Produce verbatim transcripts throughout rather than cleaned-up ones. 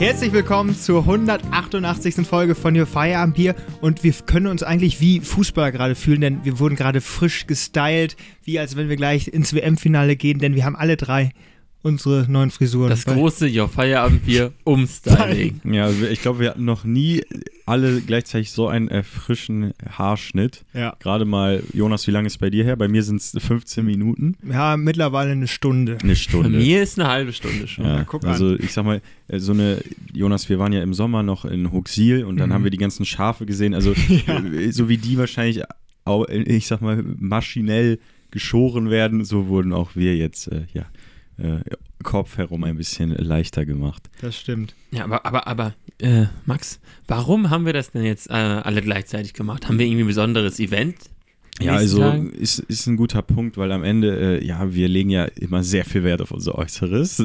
Herzlich willkommen zur hundertachtundachtzigsten Folge von Your Feierabend Bier und wir können uns eigentlich wie Fußballer gerade fühlen, denn wir wurden gerade frisch gestylt, wie als wenn wir gleich ins W M-Finale gehen, denn wir haben alle drei unsere neuen Frisuren. Das große Your Feierabend Bier Umstyling. Ja, also ich glaube, wir hatten noch nie alle gleichzeitig so einen äh, frischen Haarschnitt. Ja. Gerade mal, Jonas, wie lange ist es bei dir her? Bei mir sind es fünfzehn Minuten. Ja, mittlerweile eine Stunde. Eine Stunde. Bei mir ist eine halbe Stunde schon. Ja, Ja, guck also an. ich sag mal, äh, so eine, Jonas, wir waren ja im Sommer noch in Huxil und dann Mhm. haben wir die ganzen Schafe gesehen. Also Ja. äh, so wie die wahrscheinlich, auch, äh, ich sag mal, maschinell geschoren werden, so wurden auch wir jetzt, äh, ja, äh, Kopf herum ein bisschen leichter gemacht. Das stimmt. Ja, aber, aber, aber, äh, Max, warum haben wir das denn jetzt äh, alle gleichzeitig gemacht? Haben wir irgendwie ein besonderes Event? in den Ja, nächsten also Tagen? ist, ist ein guter Punkt, weil am Ende, äh, ja, wir legen ja immer sehr viel Wert auf unser Äußeres.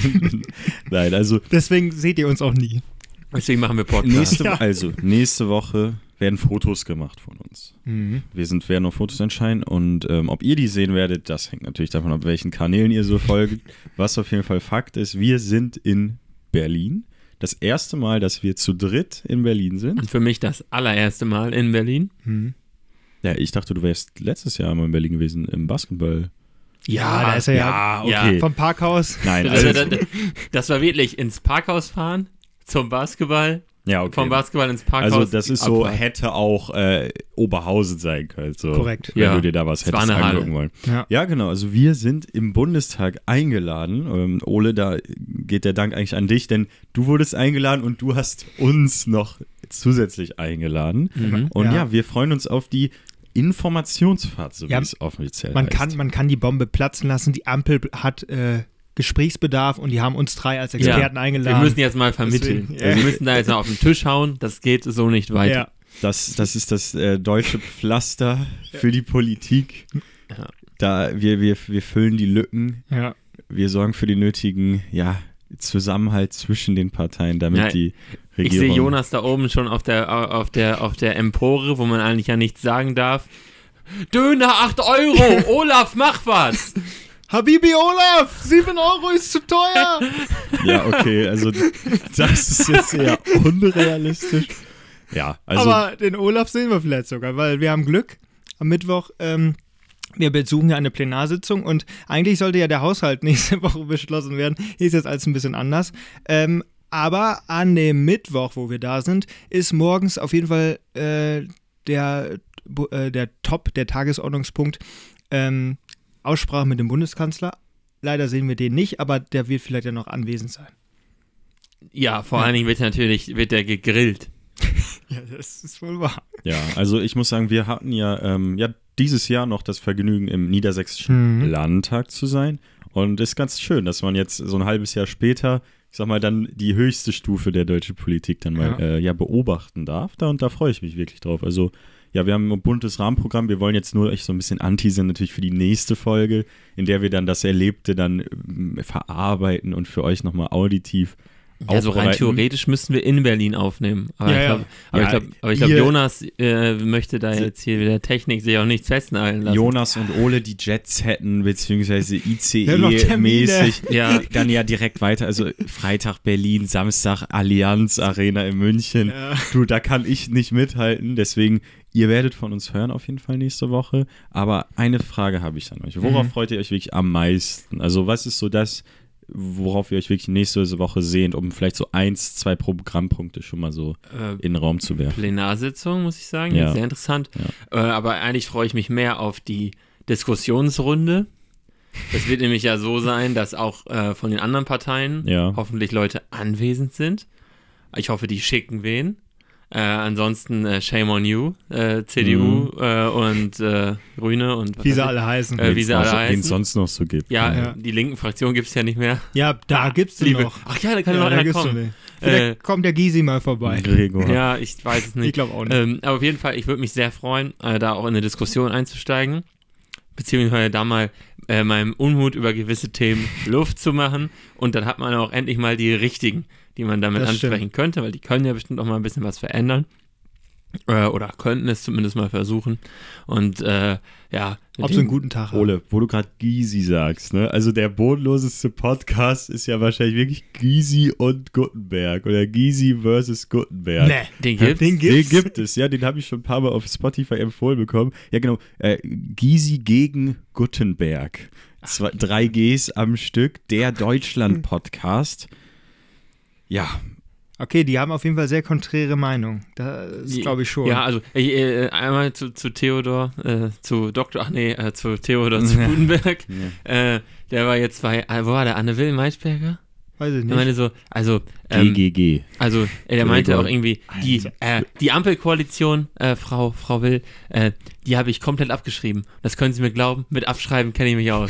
Nein, also Deswegen seht ihr uns auch nie. Deswegen machen wir Podcast. nächste, Ja. also nächste Woche werden Fotos gemacht von uns. Mhm. Wir sind, werden auf Fotos entscheiden und ähm, ob ihr die sehen werdet, das hängt natürlich davon ab, welchen Kanälen ihr so folgt. Was auf jeden Fall Fakt ist, wir sind in Berlin. Das erste Mal, dass wir zu dritt in Berlin sind. Und für mich das allererste Mal in Berlin. Mhm. Ja, ich dachte, du wärst letztes Jahr mal in Berlin gewesen im Basketball. Ja, da ist er ja, okay. vom Parkhaus. Nein, Das, also, das, das war wirklich ins Parkhaus fahren, zum Basketball, ja, okay. vom Basketball ins Parkhaus. Also das ist so, Abfahrt. hätte auch äh, Oberhausen sein können. So, Korrekt. Wenn Ja. du dir da was Es war hättest eine Halle. angucken wollen. Ja. Ja, genau. Also wir sind im Bundestag eingeladen. Ähm, Ole, da geht der Dank eigentlich an dich, denn du wurdest eingeladen und du hast uns noch zusätzlich eingeladen. Mhm. Und ja. Ja. wir freuen uns auf die Informationsfahrt, so Ja, wie es offiziell Man heißt. kann, man kann die Bombe platzen lassen. Die Ampel hat äh, Gesprächsbedarf und die haben uns drei als Experten Wir eingeladen. müssen jetzt mal vermitteln. Deswegen, ja. Wir müssen da jetzt mal auf den Tisch hauen. Das geht so nicht weiter. ja. Das, das ist das äh, deutsche Pflaster für die Politik. Ja. Da wir, wir, wir füllen die Lücken. Ja. Wir sorgen für den nötigen, ja, Zusammenhalt zwischen den Parteien, damit Ja, die Ich Regierung... sehe Jonas da oben schon auf der, auf, der, auf der Empore, wo man eigentlich ja nichts sagen darf. Döner acht Euro! Olaf, mach was! Habibi Olaf, sieben Euro ist zu teuer. Ja, okay, also das ist jetzt eher unrealistisch. Ja, also... Aber den Olaf sehen wir vielleicht sogar, weil wir haben Glück. Am Mittwoch, ähm, wir besuchen ja eine Plenarsitzung und eigentlich sollte ja der Haushalt nächste Woche beschlossen werden. Hier ist jetzt alles ein bisschen anders. Ähm, aber an dem Mittwoch, wo wir da sind, ist morgens auf jeden Fall äh, der, äh, der Top, der Tagesordnungspunkt, ähm, Aussprache mit dem Bundeskanzler. Leider sehen wir den nicht, aber der wird vielleicht ja noch anwesend sein. Ja, vor allen Dingen wird natürlich wird der gegrillt. Ja, das ist wohl wahr. Ja, also ich muss sagen, wir hatten ja, ähm, ja dieses Jahr noch das Vergnügen, im Niedersächsischen Mhm. Landtag zu sein. Und es ist ganz schön, dass man jetzt so ein halbes Jahr später, ich sag mal, dann die höchste Stufe der deutschen Politik dann mal Ja. ja, äh, ja beobachten darf. Da, und da freue ich mich wirklich drauf. Also ja, wir haben ein buntes Rahmenprogramm. Wir wollen jetzt nur echt so ein bisschen anteasern natürlich für die nächste Folge, in der wir dann das Erlebte dann ähm, verarbeiten und für euch nochmal auditiv Ja, so rein aufbereiten. theoretisch müssten wir in Berlin aufnehmen. Aber Ja, ich ja. glaube, aber Ja, ich glaube, aber ich glaub, ihr- Jonas äh, möchte da jetzt hier mit der Technik sich auch nichts festnageln lassen. Jonas und Ole die Jets hätten, beziehungsweise Wir haben noch Termine. I C E-mäßig, Ja. dann ja direkt weiter. Also Freitag Berlin, Samstag Allianz Arena in München. Ja. Du, da kann ich nicht mithalten. Deswegen, ihr werdet von uns hören auf jeden Fall nächste Woche. Aber eine Frage habe ich an euch. Worauf Mhm. freut ihr euch wirklich am meisten? Also was ist so das, worauf ihr euch wirklich nächste Woche sehnt, um vielleicht so eins, zwei Programmpunkte schon mal so Äh, in den Raum zu werfen? Plenarsitzung, muss ich sagen, Ja. sehr interessant. Äh, aber eigentlich freue ich mich mehr auf die Diskussionsrunde. Es wird nämlich ja so sein, dass auch äh, von den anderen Parteien Ja. hoffentlich Leute anwesend sind. Ich hoffe, die schicken wen. Äh, ansonsten äh, Shame on you, äh, C D U Mhm. äh, und äh, Grüne und was Wie weiß sie ich. alle heißen. Äh, wie sie alle Wen heißen. es sonst noch so gibt. Ja, Ja. die linken Fraktion gibt es ja nicht mehr. Ja, da gibt's den Liebe. noch. Ach ja, da kann Ja, noch da einer gibt's kommen. noch den. Vielleicht Äh, kommt der Gysi mal vorbei. Gregor. Ja, ich weiß es nicht. Ich glaube auch nicht. Ähm, aber auf jeden Fall, ich würde mich sehr freuen, äh, da auch in eine Diskussion einzusteigen, beziehungsweise da mal äh, meinem Unmut über gewisse Themen Luft zu machen und dann hat man auch endlich mal die richtigen, die man damit Das ansprechen stimmt. könnte, weil die können ja bestimmt auch mal ein bisschen was verändern. Äh, oder könnten es zumindest mal versuchen. Und äh, ja. Ob sie einen guten Tag haben. Ole, wo du gerade Gysi sagst, ne? Also der bodenloseste Podcast ist ja wahrscheinlich wirklich Gysi und Guttenberg oder Gysi versus Guttenberg. Nee, Den gibt's? Den gibt's. Den gibt es, ja, den habe ich schon ein paar Mal auf Spotify empfohlen bekommen. Ja, genau. Äh, Gysi gegen Guttenberg. Zwei, drei Gs am Stück. Der Deutschland-Podcast. Ja. Okay, die haben auf jeden Fall sehr konträre Meinung. Das glaube ich schon. Ja, also äh, einmal zu, zu Theodor, äh, zu Doktor, ach nee, äh, zu Theodor zu Gutenberg. Ja. Äh, der war jetzt bei, äh, wo war der, Anne Will Maischberger? Weiß ich nicht. Er meinte so, also ähm, G G G. Also, äh, der meinte auch irgendwie, die, äh, die Ampelkoalition, äh, Frau, Frau Will, äh, die habe ich komplett abgeschrieben. Das können Sie mir glauben, mit Abschreiben kenne ich mich aus.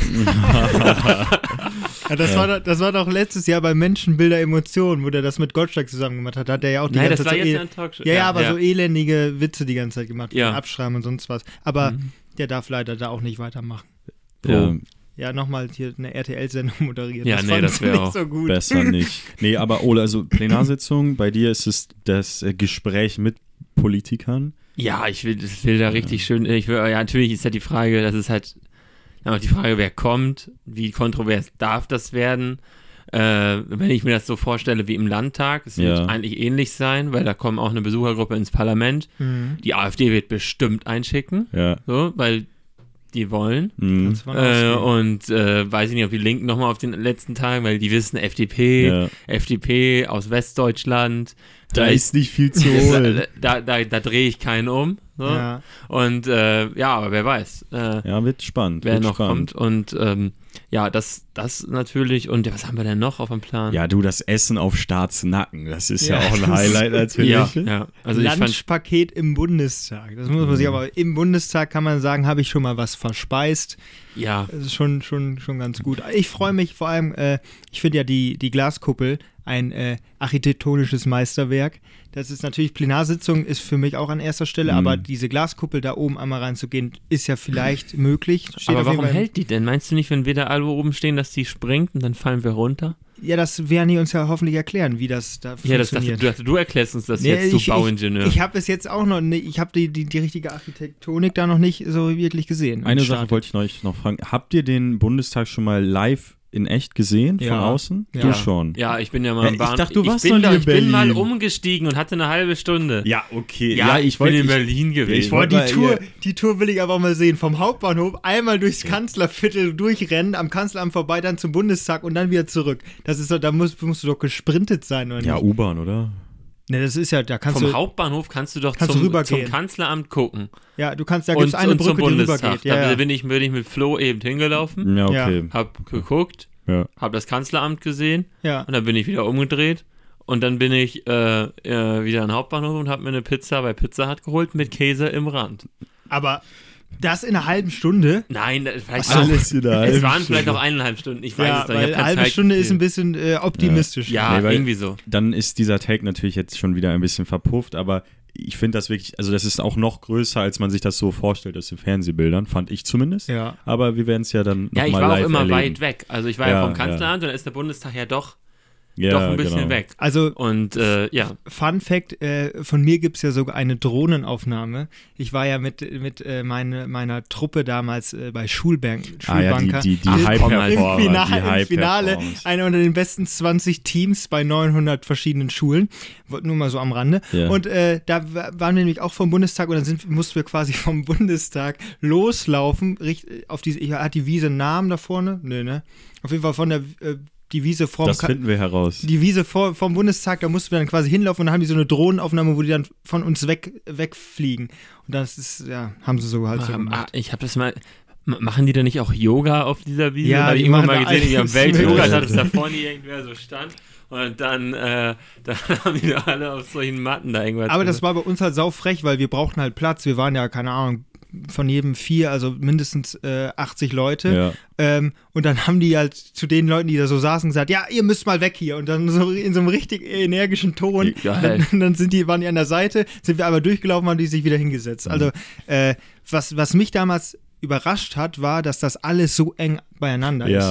Ja, das, ja. War, das war doch letztes Jahr bei Menschenbilder Emotionen, wo der das mit Gottschalk zusammen gemacht hat. Da hat er ja auch die Nein, ganze das war Zeit jetzt so ein Talkshow. Ja, ja, ja, aber ja. so elendige Witze die ganze Zeit gemacht, ja. Abschreiben und sonst was. Aber mhm. der darf leider da auch nicht weitermachen. Ja. Ja, nochmal hier eine R T L-Sendung moderieren. Ja, das nee, das wäre auch so gut. Besser nicht. Nee, aber Ole, also Plenarsitzung, bei dir ist es das äh, Gespräch mit Politikern. Ja, ich will, ich will da richtig ja. schön, ich will, ja, natürlich ist ja die Frage, das ist halt auch die Frage, wer kommt, wie kontrovers darf das werden. Äh, wenn ich mir das so vorstelle wie im Landtag, es wird ja. eigentlich ähnlich sein, weil da kommt auch eine Besuchergruppe ins Parlament. Mhm. Die AfD wird bestimmt einschicken, ja. so, weil die wollen. Mhm. Äh, und äh, weiß ich nicht, ob die Linken nochmal auf den letzten Tagen, weil die wissen, F D P, ja. F D P aus Westdeutschland. Da ist nicht viel zu holen. Da, da, da, da drehe ich keinen um. So. Ja. Und äh, ja, aber wer weiß. Äh, ja, wird spannend. Wer wird noch spannend. kommt. Und ähm, ja, das, das natürlich. Und ja, was haben wir denn noch auf dem Plan? Ja, du, das Essen auf Staatsnacken, das ist ja, ja auch ein Highlight natürlich. Ja, ja. Also Lunchpaket im Bundestag. Das muss man sich aber, im Bundestag kann man sagen, habe ich schon mal was verspeist. Ja. Das ist schon, schon, schon ganz gut. Ich freue mich vor allem, äh, ich finde ja die, die Glaskuppel ein äh, architektonisches Meisterwerk. Das ist natürlich, Plenarsitzung ist für mich auch an erster Stelle, mhm. aber diese Glaskuppel da oben einmal reinzugehen, ist ja vielleicht möglich. Steht aber warum hält die denn? Meinst du nicht, wenn wir da alle oben stehen, dass die springt und dann fallen wir runter? Ja, das werden die uns ja hoffentlich erklären, wie das da ja, funktioniert. Ja, das dachte, du, du erklärst uns das nee, jetzt, du ich, Bauingenieur. Ich, ich habe es jetzt auch noch nicht, ich habe die, die, die richtige Architektonik da noch nicht so wirklich gesehen. Eine Sache wollte ich euch noch fragen. Habt ihr den Bundestag schon mal live in echt gesehen, ja. von außen? Ja. Du schon. Ja, ich bin ja mal ja, im Bahn. Ich dachte, du warst ich bin, noch da, in ich Berlin. bin mal umgestiegen und hatte eine halbe Stunde. Ja, okay. Ja, ja ich bin wollte, in Berlin ich, gewesen. Ich Boah, die, mal, Tour, ja. die Tour will ich aber auch mal sehen. Vom Hauptbahnhof einmal durchs Kanzlerviertel durchrennen, am Kanzleramt vorbei, dann zum Bundestag und dann wieder zurück. Das ist doch, da musst, musst du doch gesprintet sein, oder ja, nicht? U-Bahn, oder? Ne, das ist ja, da kannst Vom du... Hauptbahnhof kannst du doch kannst zum, du zum Kanzleramt gucken. Ja, du kannst, da gibt es eine und Brücke, zum die Bundestag. rübergeht. Ja, da ja. bin ich, bin ich mit Flo eben hingelaufen, Ja, okay. hab geguckt, ja. hab das Kanzleramt gesehen ja. und dann bin ich wieder umgedreht und dann bin ich äh, äh, wieder an den Hauptbahnhof und hab mir eine Pizza bei Pizza Hut geholt mit Käse im Rand. Aber das in einer halben Stunde? Nein, vielleicht Ach, alles in einer halben Es waren Stunde. vielleicht auch eineinhalb Stunden, ich weiß ja, es nicht. weil eine halbe Zeit Stunde gesehen. ist ein bisschen äh, optimistisch. Ja, nee, irgendwie so. Dann ist dieser Take natürlich jetzt schon wieder ein bisschen verpufft, aber ich finde das wirklich, also das ist auch noch größer, als man sich das so vorstellt aus den Fernsehbildern, fand ich zumindest. Ja. Aber wir werden es ja dann noch Ja, ich mal war live auch immer erleben. weit weg. Also ich war ja, Ja, vom Kanzleramt ja. und dann ist der Bundestag ja doch, Ja, doch ein bisschen genau. weg. Also, Und äh, ja. Fun Fact, äh, von mir gibt es ja sogar eine Drohnenaufnahme. Ich war ja mit, mit äh, meine, meiner Truppe damals äh, bei Schulbank, Ah ja, Schulbanker. die, die, die Ach, High-Performer. Im Finale, die im High Finale einer unter den besten zwanzig Teams bei neunhundert verschiedenen Schulen. Nur mal so am Rande. Ja. Und äh, da waren wir nämlich auch vom Bundestag und dann sind, mussten wir quasi vom Bundestag loslaufen. Richt, auf diese, hat die Wiese einen Namen da vorne? Nö, ne? Auf jeden Fall von der äh, die Wiese vorm Das finden wir heraus. Die Wiese vor, vom Bundestag, da mussten wir dann quasi hinlaufen und dann haben die so eine Drohnenaufnahme, wo die dann von uns weg, wegfliegen. Und das ist, ja, haben sie so halt so Ah, gemacht. ich habe das mal. M- Machen die da nicht auch Yoga auf dieser Wiese? Ja, Weil die ich irgendwann machen mal da gesehen, die haben alles Welt-Yoga, Mögliche. dass da vorne irgendwer so stand. Und dann, äh, dann haben die da alle auf solchen Matten da irgendwas. Aber das war bei uns halt saufrech, weil wir brauchten halt Platz. Wir waren ja, keine Ahnung, von jedem vier, also mindestens äh, achtzig Leute. Ja. Ähm, und dann haben die halt zu den Leuten, die da so saßen, gesagt, ja, ihr müsst mal weg hier. Und dann so in so einem richtig energischen Ton. Geil. Und dann sind die, waren die an der Seite, sind wir aber durchgelaufen, haben die sich wieder hingesetzt. Mhm. Also, äh, was, was mich damals überrascht hat, war, dass das alles so eng beieinander ist. Ja.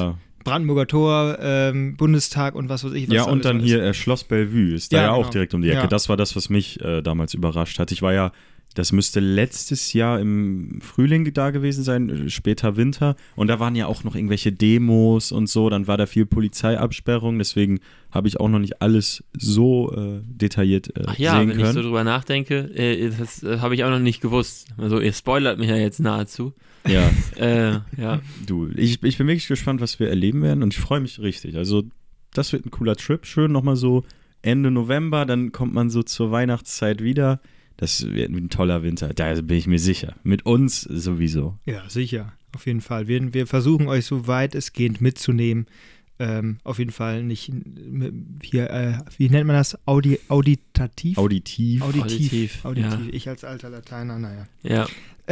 Brandenburger Tor, ähm, Bundestag und was weiß ich. Was ja, und dann ist. hier äh, Schloss Bellevue ist da Ja, ja auch genau. direkt um die Ecke. Ja. Das war das, was mich äh, damals überrascht hat. Ich war ja, das müsste letztes Jahr im Frühling da gewesen sein, später Winter. Und da waren ja auch noch irgendwelche Demos und so. Dann war da viel Polizeiabsperrung. Deswegen habe ich auch noch nicht alles so äh, detailliert äh, Ach ja, sehen wenn können. ich so drüber nachdenke, äh, das äh, habe ich auch noch nicht gewusst. Also ihr spoilert mich ja jetzt nahezu. Ja, äh, ja. du, ich, ich bin wirklich gespannt, was wir erleben werden. Und ich freue mich richtig. Also das wird ein cooler Trip. Schön nochmal so Ende November. Dann kommt man so zur Weihnachtszeit wieder. Das wird ein toller Winter, da bin ich mir sicher. Mit uns sowieso. Ja, sicher, auf jeden Fall. Wir, wir versuchen euch so weit es geht mitzunehmen. Ähm, auf jeden Fall nicht hier, äh, wie nennt man das? Audi, auditativ? Auditiv. Auditiv. Auditiv, Auditiv. ja. Ich als alter Lateiner, naja. Ja.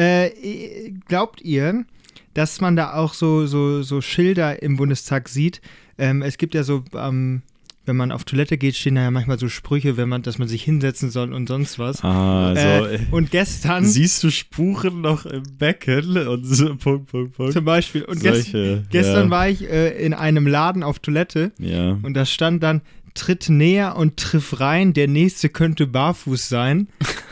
Äh, glaubt ihr, dass man da auch so, so, so Schilder im Bundestag sieht? Ähm, es gibt ja so, ähm, wenn man auf Toilette geht, stehen da ja manchmal so Sprüche, wenn man, dass man sich hinsetzen soll und sonst was. Ah, so. Äh, und gestern Siehst du Spuren noch im Becken? Und so, Punkt, Punkt, Punkt. zum Beispiel. Und gest, Solche, gestern ja. war ich äh, in einem Laden auf Toilette Ja. und da stand dann, tritt näher und triff rein, der nächste könnte barfuß sein.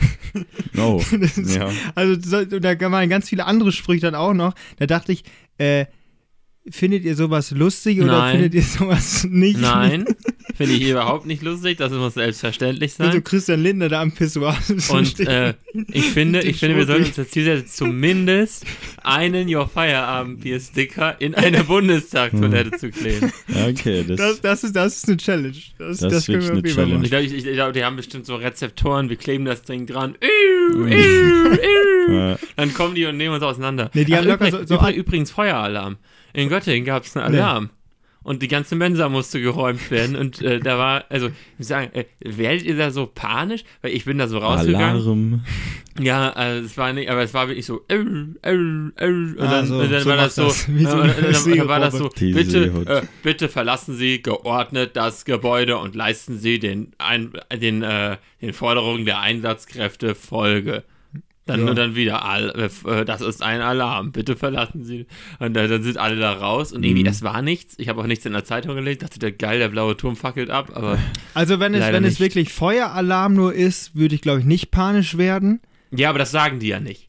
Oh, Das ist- ja. Also so- da waren ganz viele andere Sprüche dann auch noch. Da dachte ich, äh, findet ihr sowas lustig oder Nein. findet ihr sowas nicht? Nein, finde ich überhaupt nicht lustig. Das muss selbstverständlich Also sein. Christian Lindner da am Pissoir. Und äh, ich finde, Den ich finde, wir sollten Schmuck. uns das Ziel setzen, zumindest einen Your Feierabend Bier-Sticker in eine Bundestagstoilette zu kleben. Ja, okay, das, Das, das, ist, das ist eine Challenge. Das, Das ist wirklich wir eine auf jeden Fall Challenge. machen. Ich glaube, ich, ich glaub, die haben bestimmt so Rezeptoren, wir kleben das Ding dran. Iu, iu, iu. ja. Dann kommen die und nehmen uns auseinander. Nee, die haben locker übrigens, so- so übrigens, übrigens Feueralarm. In Göttingen gab es einen Alarm. Und die ganze Mensa musste geräumt werden. Und äh, da war, also, ich muss sagen, äh, werdet ihr da so panisch? Weil ich bin da so rausgegangen. Alarm. Ja, also es war nicht, aber es war wirklich so, äh, äh, äh, und Ah, dann, so, und dann so war das macht so, das. Wie so äh, eine und dann, dann war das so, Die bitte, Seehund. äh, bitte verlassen Sie geordnet das Gebäude und leisten Sie den, ein, den, äh, den Forderungen der Einsatzkräfte Folge. Dann Ja. und dann wieder, all, äh, das ist ein Alarm, bitte verlassen Sie. Und äh, dann sind alle da raus und irgendwie, Mhm. es war nichts. Ich habe auch nichts in der Zeitung gelesen, dachte, der geil, der blaue Turm fackelt ab, aber Also wenn es, Leider wenn es nicht. wirklich Feueralarm nur ist, würde ich, glaube ich, nicht panisch werden. ja, aber das sagen die ja nicht.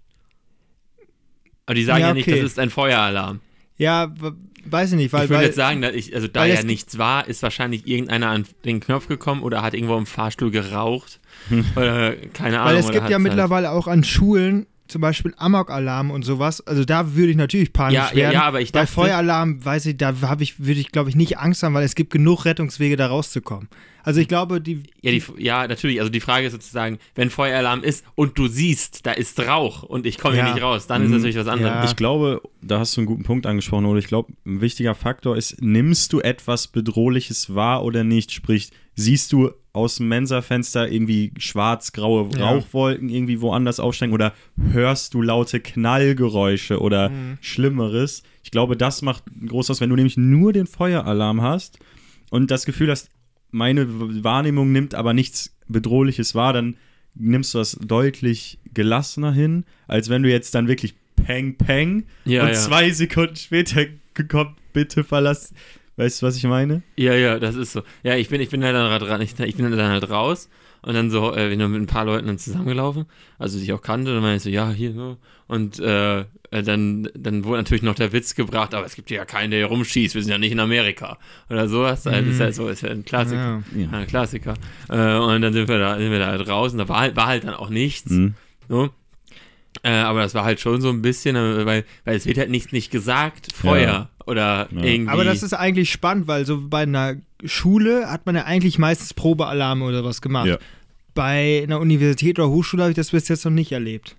Aber die sagen Ja, ja, nicht, okay. das ist ein Feueralarm. Ja, w- weiß ich nicht, weil... Ich würde weil jetzt sagen, dass ich, also da weil ja es- nichts war, ist wahrscheinlich irgendeiner an den Knopf gekommen oder hat irgendwo im Fahrstuhl geraucht oder keine Ahnung. Weil es oder gibt hat's ja halt- mittlerweile auch an Schulen zum Beispiel Amok-Alarm und sowas. Also da würde ich natürlich panisch Ja, ja, werden. ja, aber ich Bei dachte- Feueralarm, weiß ich, da habe ich, würde ich, glaube ich, nicht Angst haben, weil es gibt genug Rettungswege, da rauszukommen. Also ich glaube, die... Ja, die, ja, natürlich. Also die Frage ist sozusagen, wenn Feueralarm ist und du siehst, da ist Rauch und ich komme Ja. hier nicht raus, dann ist Mhm. natürlich was anderes. Ja. Ich glaube, da hast du einen guten Punkt angesprochen, oder ich glaube, ein wichtiger Faktor ist, nimmst du etwas Bedrohliches wahr oder nicht? Sprich, siehst du aus dem Mensa-Fenster irgendwie schwarz-graue Ja. Rauchwolken irgendwie woanders aufsteigen oder hörst du laute Knallgeräusche oder Mhm. Schlimmeres? Ich glaube, das macht einen groß aus, wenn du nämlich nur den Feueralarm hast und das Gefühl hast, meine Wahrnehmung nimmt aber nichts Bedrohliches wahr, dann nimmst du das deutlich gelassener hin, als wenn du jetzt dann wirklich Peng, Peng Ja, und ja. zwei Sekunden später kommt, bitte verlass. Weißt du, was ich meine? Ja, ja, das ist so. Ja, ich bin, ich bin halt dann dran, ich, ich bin dann halt raus und dann so, äh, bin nur mit ein paar Leuten dann zusammengelaufen, also die ich auch kannte, und dann meinte ich so, ja, hier, so. Und äh, dann, dann wurde natürlich noch der Witz gebracht, aber es gibt ja keinen, der hier rumschießt, wir sind ja nicht in Amerika. Oder sowas. Das ist halt so, ist ja ein Klassiker. Ja. Ja, ein Klassiker. Äh, und dann sind wir da, sind wir da halt raus und da war halt, war halt dann auch nichts. Mhm. So. Äh, aber das war halt schon so ein bisschen, äh, weil, weil es wird halt nicht, nicht gesagt, Feuer Ja. oder Ja. irgendwie. Aber das ist eigentlich spannend, weil so bei einer Schule hat man ja eigentlich meistens Probealarme oder was gemacht. Ja. Bei einer Universität oder Hochschule habe ich das bis jetzt noch nicht erlebt.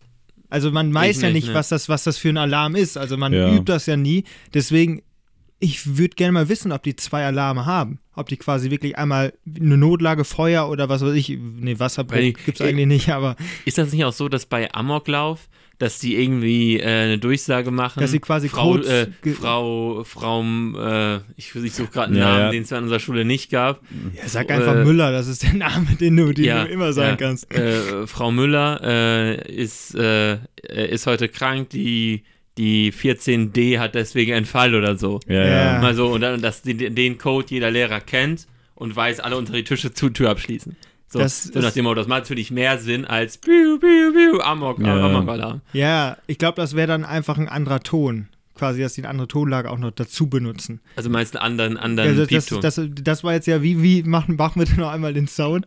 Also man weiß Ich ja nicht, nicht, ne. was das, was das für ein Alarm ist. Also man Ja. übt das ja nie. Deswegen, ich würde gerne mal wissen, ob die zwei Alarme haben. Ob die quasi wirklich einmal eine Notlage, Feuer oder was weiß ich, nee, Wasserbruch Weil die- gibt es eigentlich nicht, aber Ist das nicht auch so, dass bei Amoklauf, dass die irgendwie äh, eine Durchsage machen? Dass sie quasi Frau, Codes äh, ge- Frau, Frau, äh, ich, ich suche gerade einen Ja, Namen, ja. den es an unserer Schule nicht gab. ja, sag Äh, einfach Müller, das ist der Name, den du, den ja, du immer sagen ja. kannst. Äh, Frau Müller äh, ist, äh, ist heute krank, die, die vierzehn D hat deswegen einen Fall oder so. Ja, Ja. ja. Mal so, und dann, dass den, den Code jeder Lehrer kennt und weiß, alle unter die Tische zu, Tür abschließen. So, Das so nach ist- dem Motto, das macht natürlich mehr Sinn als Piu, Piu, Piu, Amok, Ja. Amok-Alarm. Ja, ich glaube, das wäre dann einfach ein anderer Ton. Quasi, dass die eine andere Tonlage auch noch dazu benutzen. Also meinst du einen anderen, anderen Also das, Piepton? das, das war jetzt ja, wie, wie machen, machen wir denn noch einmal den Sound?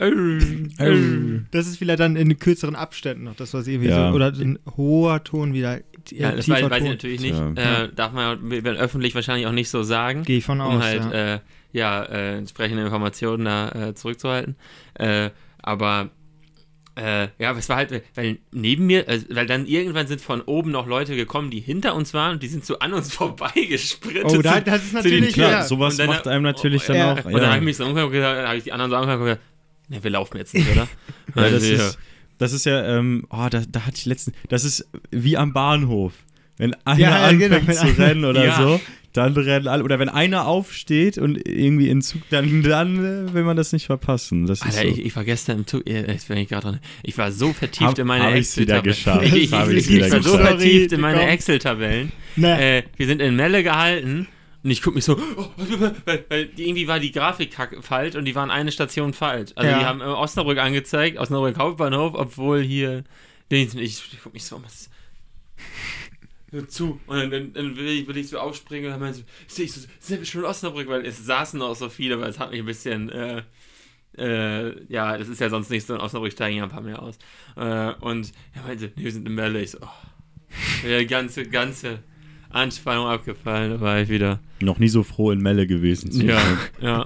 Das ist vielleicht dann in kürzeren Abständen noch, das was irgendwie Ja. so, oder ein hoher Ton wieder, Ja, das tiefer weiß, weiß ich Ton. natürlich nicht. Ja. Äh, darf man ja wir werden öffentlich wahrscheinlich auch nicht so sagen, Gehe ich von aus, um halt ja. äh, ja, äh, entsprechende Informationen da äh, zurückzuhalten. Äh, aber äh, ja, es war halt, weil neben mir, äh, weil dann irgendwann sind von oben noch Leute gekommen, die hinter uns waren und die sind so an uns vorbeigesprintet. Oh, da, sind das ist zu den natürlich, Türen. Klar, ja. sowas Und dann- macht einem natürlich dann ja. auch. Und dann habe ich mich so umgeguckt und gesagt, habe ich die anderen so angeguckt und gesagt, ne, wir laufen jetzt nicht, oder? Ja, das, Also, ja. ist, das ist ja, ähm, oh, da, da hatte ich letztens, das ist wie am Bahnhof. Wenn einer Ja, ja, genau, anfängt wenn zu einer- rennen oder Ja. so, dann rennen alle. Oder wenn einer aufsteht und irgendwie in Zug, dann, dann äh, will man das nicht verpassen. Das ist Alter, so. ich, ich war gestern im Zug, äh, jetzt bin ich gerade dran, ich war so vertieft Hab- in meine hab ich's wieder Excel-Tabellen. geschafft. Ich, ich, Hab ich, ich's ich wieder war so geschafft. vertieft in meine Sorry, Excel-Tabellen. Ne. Äh, wir sind in Melle gehalten und ich gucke mich so, oh, weil, weil die, irgendwie war die Grafik kack- falsch und die waren eine Station falsch. Also Ja. die haben äh, Osnabrück angezeigt, Osnabrück Hauptbahnhof, obwohl hier, ich, ich gucke mich so, was hör zu. Und dann, dann, dann will, ich, will ich so aufspringen und dann meinte ich so, ich so, sind wir schon in Osnabrück, weil es saßen noch so viele, weil es hat mich ein bisschen, äh, äh, ja, das ist ja sonst nicht so, in Osnabrück steigen ja ein paar mehr aus. Äh, und er meinte, nee, wir sind in Melle. Ich so, oh, ja, die ganze, ganze Anspannung abgefallen, da war ich wieder. Noch nie so froh in Melle gewesen. zu Ja, sein. ja.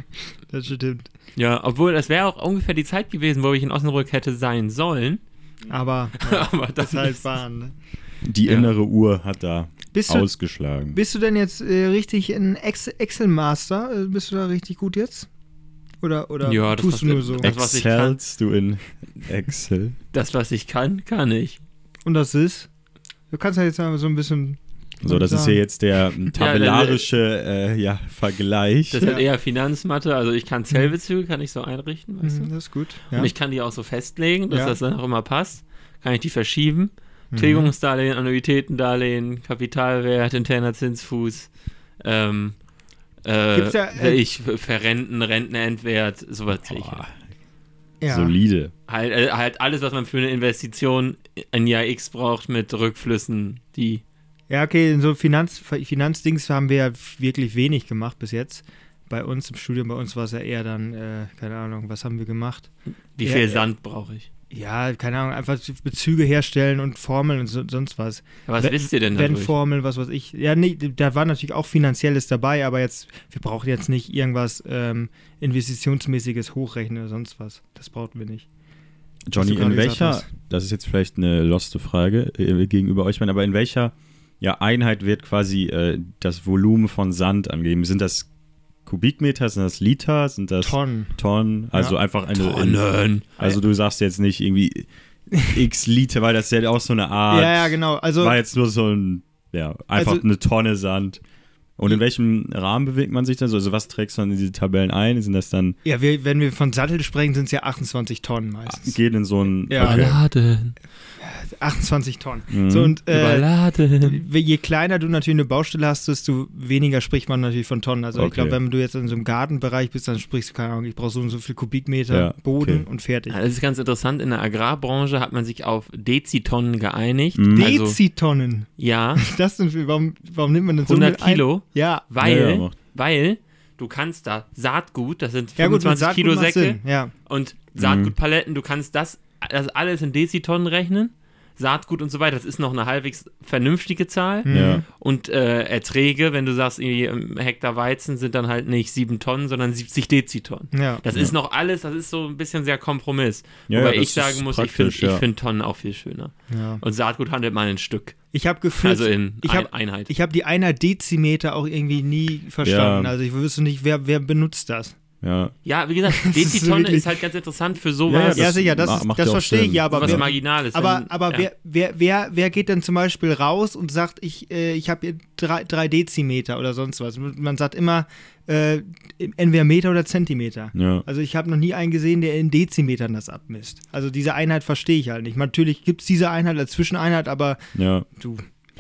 Das stimmt. Ja, obwohl das wäre auch ungefähr die Zeit gewesen, wo ich in Osnabrück hätte sein sollen. Aber ja, Aber das das halt ist Bahn. Ne? Die Ja. innere Uhr hat da Bist du, ausgeschlagen. bist du denn jetzt äh, richtig in Ex Excel-Master? Äh, bist du da richtig gut jetzt? Oder, oder Ja, das tust du was- nur so? das- was ich kann. Excellst du in Excel? Das, was ich kann, kann ich. Und das ist? Du kannst ja jetzt mal so ein bisschen. So, das ist sagen. hier jetzt der ähm, tabellarische äh, ja, Vergleich. Das Ja. ist halt eher Finanzmathe, also ich kann Zellbezüge, kann ich so einrichten, weißt Mhm, du? das ist gut. Ja. Und ich kann die auch so festlegen, dass Ja. das dann auch immer passt. Kann ich die verschieben. Mhm. Tilgungsdarlehen, Annuitätendarlehen, Kapitalwert, interner Zinsfuß, ähm, äh, Gibt's ja, äh, ich Verrenten, Rentenentwert, sowas kriege ich. Boah, ja. solide. Halt, äh, halt alles, was man für eine Investition ein Jahr X braucht mit Rückflüssen, die. Ja, okay, in so Finanz, Finanzdings haben wir ja wirklich wenig gemacht bis jetzt. Bei uns im Studium, bei uns war es ja eher dann, äh, keine Ahnung, was haben wir gemacht? Wie Ja, viel ja. Sand brauche ich? Ja, keine Ahnung, einfach Bezüge herstellen und Formeln und so, sonst was. Ja, was Wenn- wisst ihr denn Wenn dadurch? Formeln, was weiß ich. Ja, nee, da war natürlich auch Finanzielles dabei, aber jetzt, wir brauchen jetzt nicht irgendwas ähm, Investitionsmäßiges hochrechnen oder sonst was. Das brauchen wir nicht. Johnny, du gerade in gesagt welcher, hast. das ist jetzt vielleicht eine loste Frage äh, gegenüber euch, aber in welcher ja, Einheit wird quasi äh, das Volumen von Sand angegeben? Sind das Kubikmeter, sind das Liter, sind das Tonnen. Tonnen? Also Ja. einfach eine. Tonnen. Also du sagst jetzt nicht irgendwie x Liter, weil das ist ja auch so eine Art. Ja, ja, genau. Also, War jetzt nur so ein, ja, einfach Also- eine Tonne Sand. Und in welchem Rahmen bewegt man sich da so? Also was trägst du dann in diese Tabellen ein? Sind das dann, ja, wir, wenn wir von Sattel sprechen, sind es ja achtundzwanzig Tonnen meistens. geht in so ein, Ja. okay. Überladen. achtundzwanzig Tonnen. Mhm. So, und äh, Überladen. je kleiner du natürlich eine Baustelle hast, desto weniger spricht man natürlich von Tonnen. Also ich Okay. glaube, wenn du jetzt in so einem Gartenbereich bist, dann sprichst du, keine Ahnung, ich brauche so und so viel Kubikmeter Ja, Boden okay. und fertig. Ja, das ist ganz interessant. In der Agrarbranche hat man sich auf Dezitonnen geeinigt. Mhm. Also, Dezitonnen. ja, Was ist das denn für, warum, warum nimmt man denn so hundert mit ein? Kilo, Ja. weil, Ja, ja, macht- weil du kannst da Saatgut, das sind Ja gut, mit fünfundzwanzig Saatgut Kilo macht Säcke Sinn. Ja. und Saatgutpaletten, du kannst das, das alles in Dezitonnen rechnen. Saatgut und so weiter, das ist noch eine halbwegs vernünftige Zahl. Mhm. Ja. Und äh, Erträge, wenn du sagst, irgendwie ein Hektar Weizen sind dann halt nicht sieben Tonnen, sondern siebzig Dezitonnen. Ja. Das ist noch alles, das ist so ein bisschen sehr Kompromiss. Ja, Wobei ja, das ich sagen ist muss, ich finde praktisch, ja. ich find Tonnen auch viel schöner. ja. Und Saatgut handelt man in Stück. Ich habe gefühlt, Also in ich ein, habe Einheit. ich hab die Einheit Dezimeter auch irgendwie nie verstanden. Ja. Also ich wüsste nicht, wer, wer benutzt das. Ja. Ja, wie gesagt, ist Dezitonne wirklich- ist halt ganz interessant für Ja, sowas. Ja, das sicher, das, ma- ist- macht das ja auch verstehe ich Sinn. ja, aber was wer, Marginales. aber, wenn- aber ja. wer, wer, wer, wer geht denn zum Beispiel raus und sagt, ich, äh, ich habe hier drei, drei Dezimeter oder sonst was? Man sagt immer äh, entweder Meter oder Zentimeter. Ja. Also ich habe noch nie einen gesehen, der in Dezimetern das abmisst. Also diese Einheit verstehe ich halt nicht. Natürlich gibt es diese Einheit als Zwischeneinheit, aber Ja. du,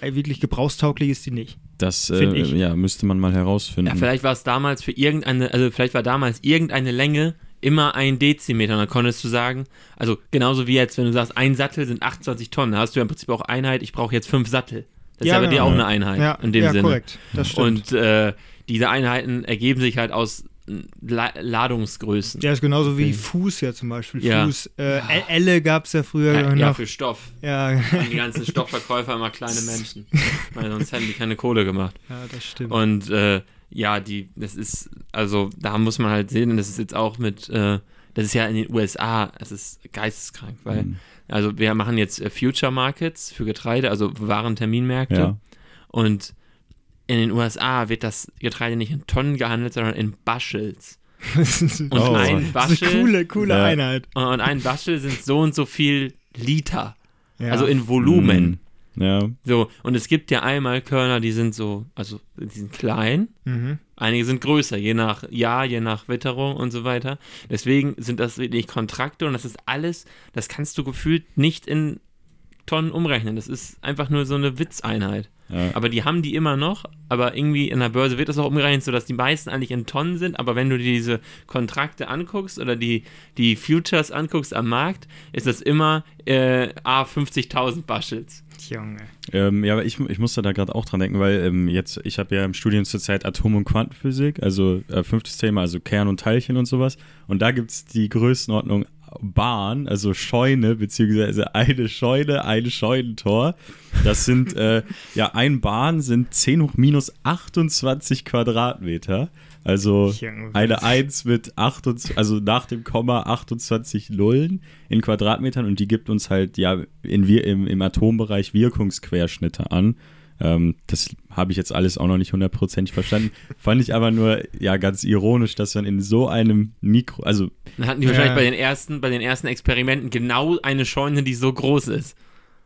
ey, wirklich gebrauchstauglich ist die nicht. Das äh, ja, müsste man mal herausfinden. Ja, vielleicht war es damals für irgendeine, also vielleicht war damals irgendeine Länge immer ein Dezimeter. Und dann konntest du sagen, also genauso wie jetzt, wenn du sagst, ein Sattel sind achtundzwanzig Tonnen, da hast du ja im Prinzip auch Einheit, ich brauche jetzt fünf Sattel. Das ja, ist ja bei dir genau. auch eine Einheit ja, in dem ja, Sinne. Korrekt. Das stimmt. Und äh, diese Einheiten ergeben sich halt aus La- Ladungsgrößen. Ja, ist genauso okay. wie Fuß ja zum Beispiel. Ja. Fuß. Äh, Elle gab es ja früher ja, noch. Ja, für Stoff. Ja. Die ganzen Stoffverkäufer immer kleine Menschen. Weil sonst hätten die keine Kohle gemacht. Ja, das stimmt. Und äh, ja, die, das ist, also da muss man halt sehen, und das ist jetzt auch mit, äh, das ist ja in den U S A, das ist geisteskrank, weil, mhm. also wir machen jetzt äh, Future Markets für Getreide, also Warenterminmärkte. Ja. Und in den U S A wird das Getreide nicht in Tonnen gehandelt, sondern in Bushels. Und oh. ein das ist Bushel, eine coole, coole ja. Einheit. und ein Bushel sind so und so viel Liter. Ja. Also in Volumen. Mhm. Ja. So, und es gibt ja einmal Körner, die sind so, also die sind klein, Mhm. einige sind größer, je nach Jahr, je nach Witterung und so weiter. Deswegen sind das wirklich Kontrakte und das ist alles, das kannst du gefühlt nicht in Tonnen umrechnen. Das ist einfach nur so eine Witzeinheit. Ja. Aber die haben die immer noch, aber irgendwie in der Börse wird das auch umgerechnet, sodass die meisten eigentlich in Tonnen sind, aber wenn du dir diese Kontrakte anguckst oder die, die Futures anguckst am Markt, ist das immer äh, ah, fünfzigtausend Bushels. Junge. Ähm, ja, aber ich, ich musste da gerade auch dran denken, weil ähm, jetzt, ich habe ja im Studium zurzeit Atom- und Quantenphysik, also äh, fünftes Thema, also Kern und Teilchen und sowas. Und da gibt es die Größenordnung Bahn, also Scheune, beziehungsweise eine Scheune, ein Scheunentor. Das sind, äh, ja, ein Bahn sind zehn hoch minus achtundzwanzig Quadratmeter. Also eine eins mit achtundzwanzig, also nach dem Komma achtundzwanzig Nullen in Quadratmetern und die gibt uns halt ja in, im, im Atombereich Wirkungsquerschnitte an. Ähm, das habe ich jetzt alles auch noch nicht hundertprozentig verstanden. Fand ich aber nur ja ganz ironisch, dass man in so einem Mikro, also Dann hatten die wahrscheinlich äh, bei den ersten, bei den ersten Experimenten genau eine Scheune, die so groß ist.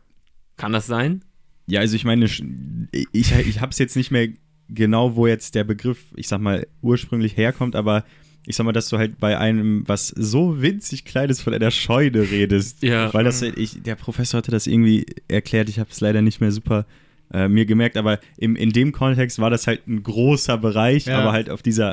Kann das sein? Ja, also ich meine, ich, ich habe es jetzt nicht mehr genau, wo jetzt der Begriff, ich sag mal, ursprünglich herkommt, aber ich sag mal, dass du halt bei einem, was so winzig Kleines von einer Scheune redest. Ja. Weil das, ich, der Professor hatte das irgendwie erklärt, ich habe es leider nicht mehr super äh, mir gemerkt, aber im, in dem Kontext war das halt ein großer Bereich, ja. aber halt auf dieser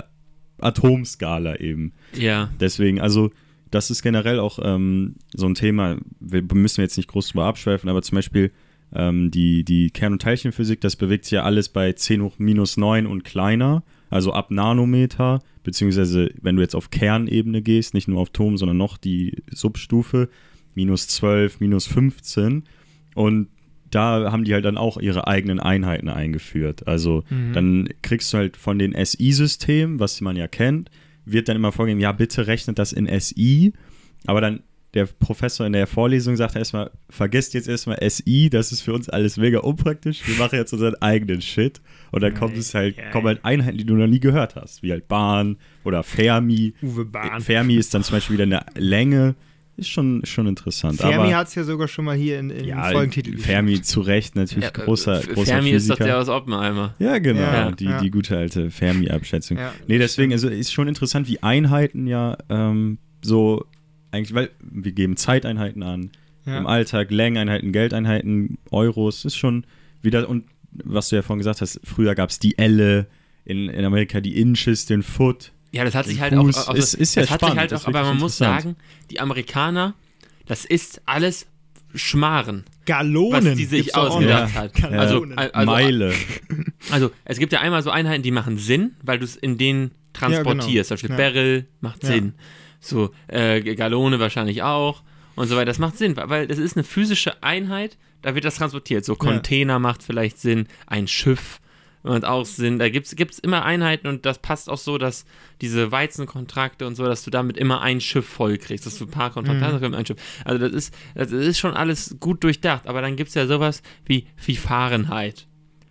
Atomskala eben. Ja. Deswegen, also das ist generell auch ähm, so ein Thema, wir müssen jetzt nicht groß drüber abschweifen, aber zum Beispiel ähm, die, die Kern- und Teilchenphysik, das bewegt sich ja alles bei zehn hoch minus neun und kleiner, also ab Nanometer, beziehungsweise wenn du jetzt auf Kernebene gehst, nicht nur auf Atom, sondern noch die Substufe, minus zwölf, minus fünfzehn und da haben die halt dann auch ihre eigenen Einheiten eingeführt. Also mhm. dann kriegst du halt von den S I-Systemen, was man ja kennt, wird dann immer vorgegeben, ja bitte rechnet das in S I, aber dann der Professor in der Vorlesung sagt erstmal, vergesst jetzt erstmal S I, das ist für uns alles mega unpraktisch, wir machen jetzt unseren eigenen Shit und dann kommt es halt, kommen halt Einheiten, die du noch nie gehört hast, wie halt Bahn oder Fermi. Uwe Bahn. Fermi ist dann zum Beispiel wieder eine Länge, ist schon, schon interessant. Fermi hat es ja sogar schon mal hier in, in ja, Folgentitel. Fermi zu Recht, natürlich ja, großer, F- großer Fermi Physiker. ist doch der aus Oppenheimer. Ja, genau, ja, die, ja. die gute alte Fermi-Abschätzung. Ja, nee, deswegen, also ist schon interessant, wie Einheiten ja ähm, so eigentlich, weil wir geben Zeiteinheiten an, ja. im Alltag, Längeneinheiten, Geldeinheiten, Euros, ist schon wieder, und was du ja vorhin gesagt hast, früher gab es die Elle, in, in Amerika die Inches, den Foot. Ja, das hat sich halt Fuß. auch, auch ist, ist ja das hat spannend, sich halt auch, aber man muss sagen, die Amerikaner, das ist alles Schmarren. Gallonen. Was die sich ausgedacht ja. hat. Also, also, Meile. Also, es gibt ja einmal so Einheiten, die machen Sinn, weil du es in denen transportierst. Ja, genau. Zum Beispiel ja. Barrel macht ja. Sinn. So, äh, Gallone wahrscheinlich auch und so weiter. Das macht Sinn, weil das ist eine physische Einheit, da wird das transportiert. So Container ja. macht vielleicht Sinn, ein Schiff macht auch Sinn. Da gibt es immer Einheiten und das passt auch so, dass diese Weizenkontrakte und so, dass du damit immer ein Schiff voll kriegst, dass du ein paar Kontrakte hast, mhm. ein Schiff. Also das ist, das ist schon alles gut durchdacht, aber dann gibt es ja sowas wie, wie Fahrenheit.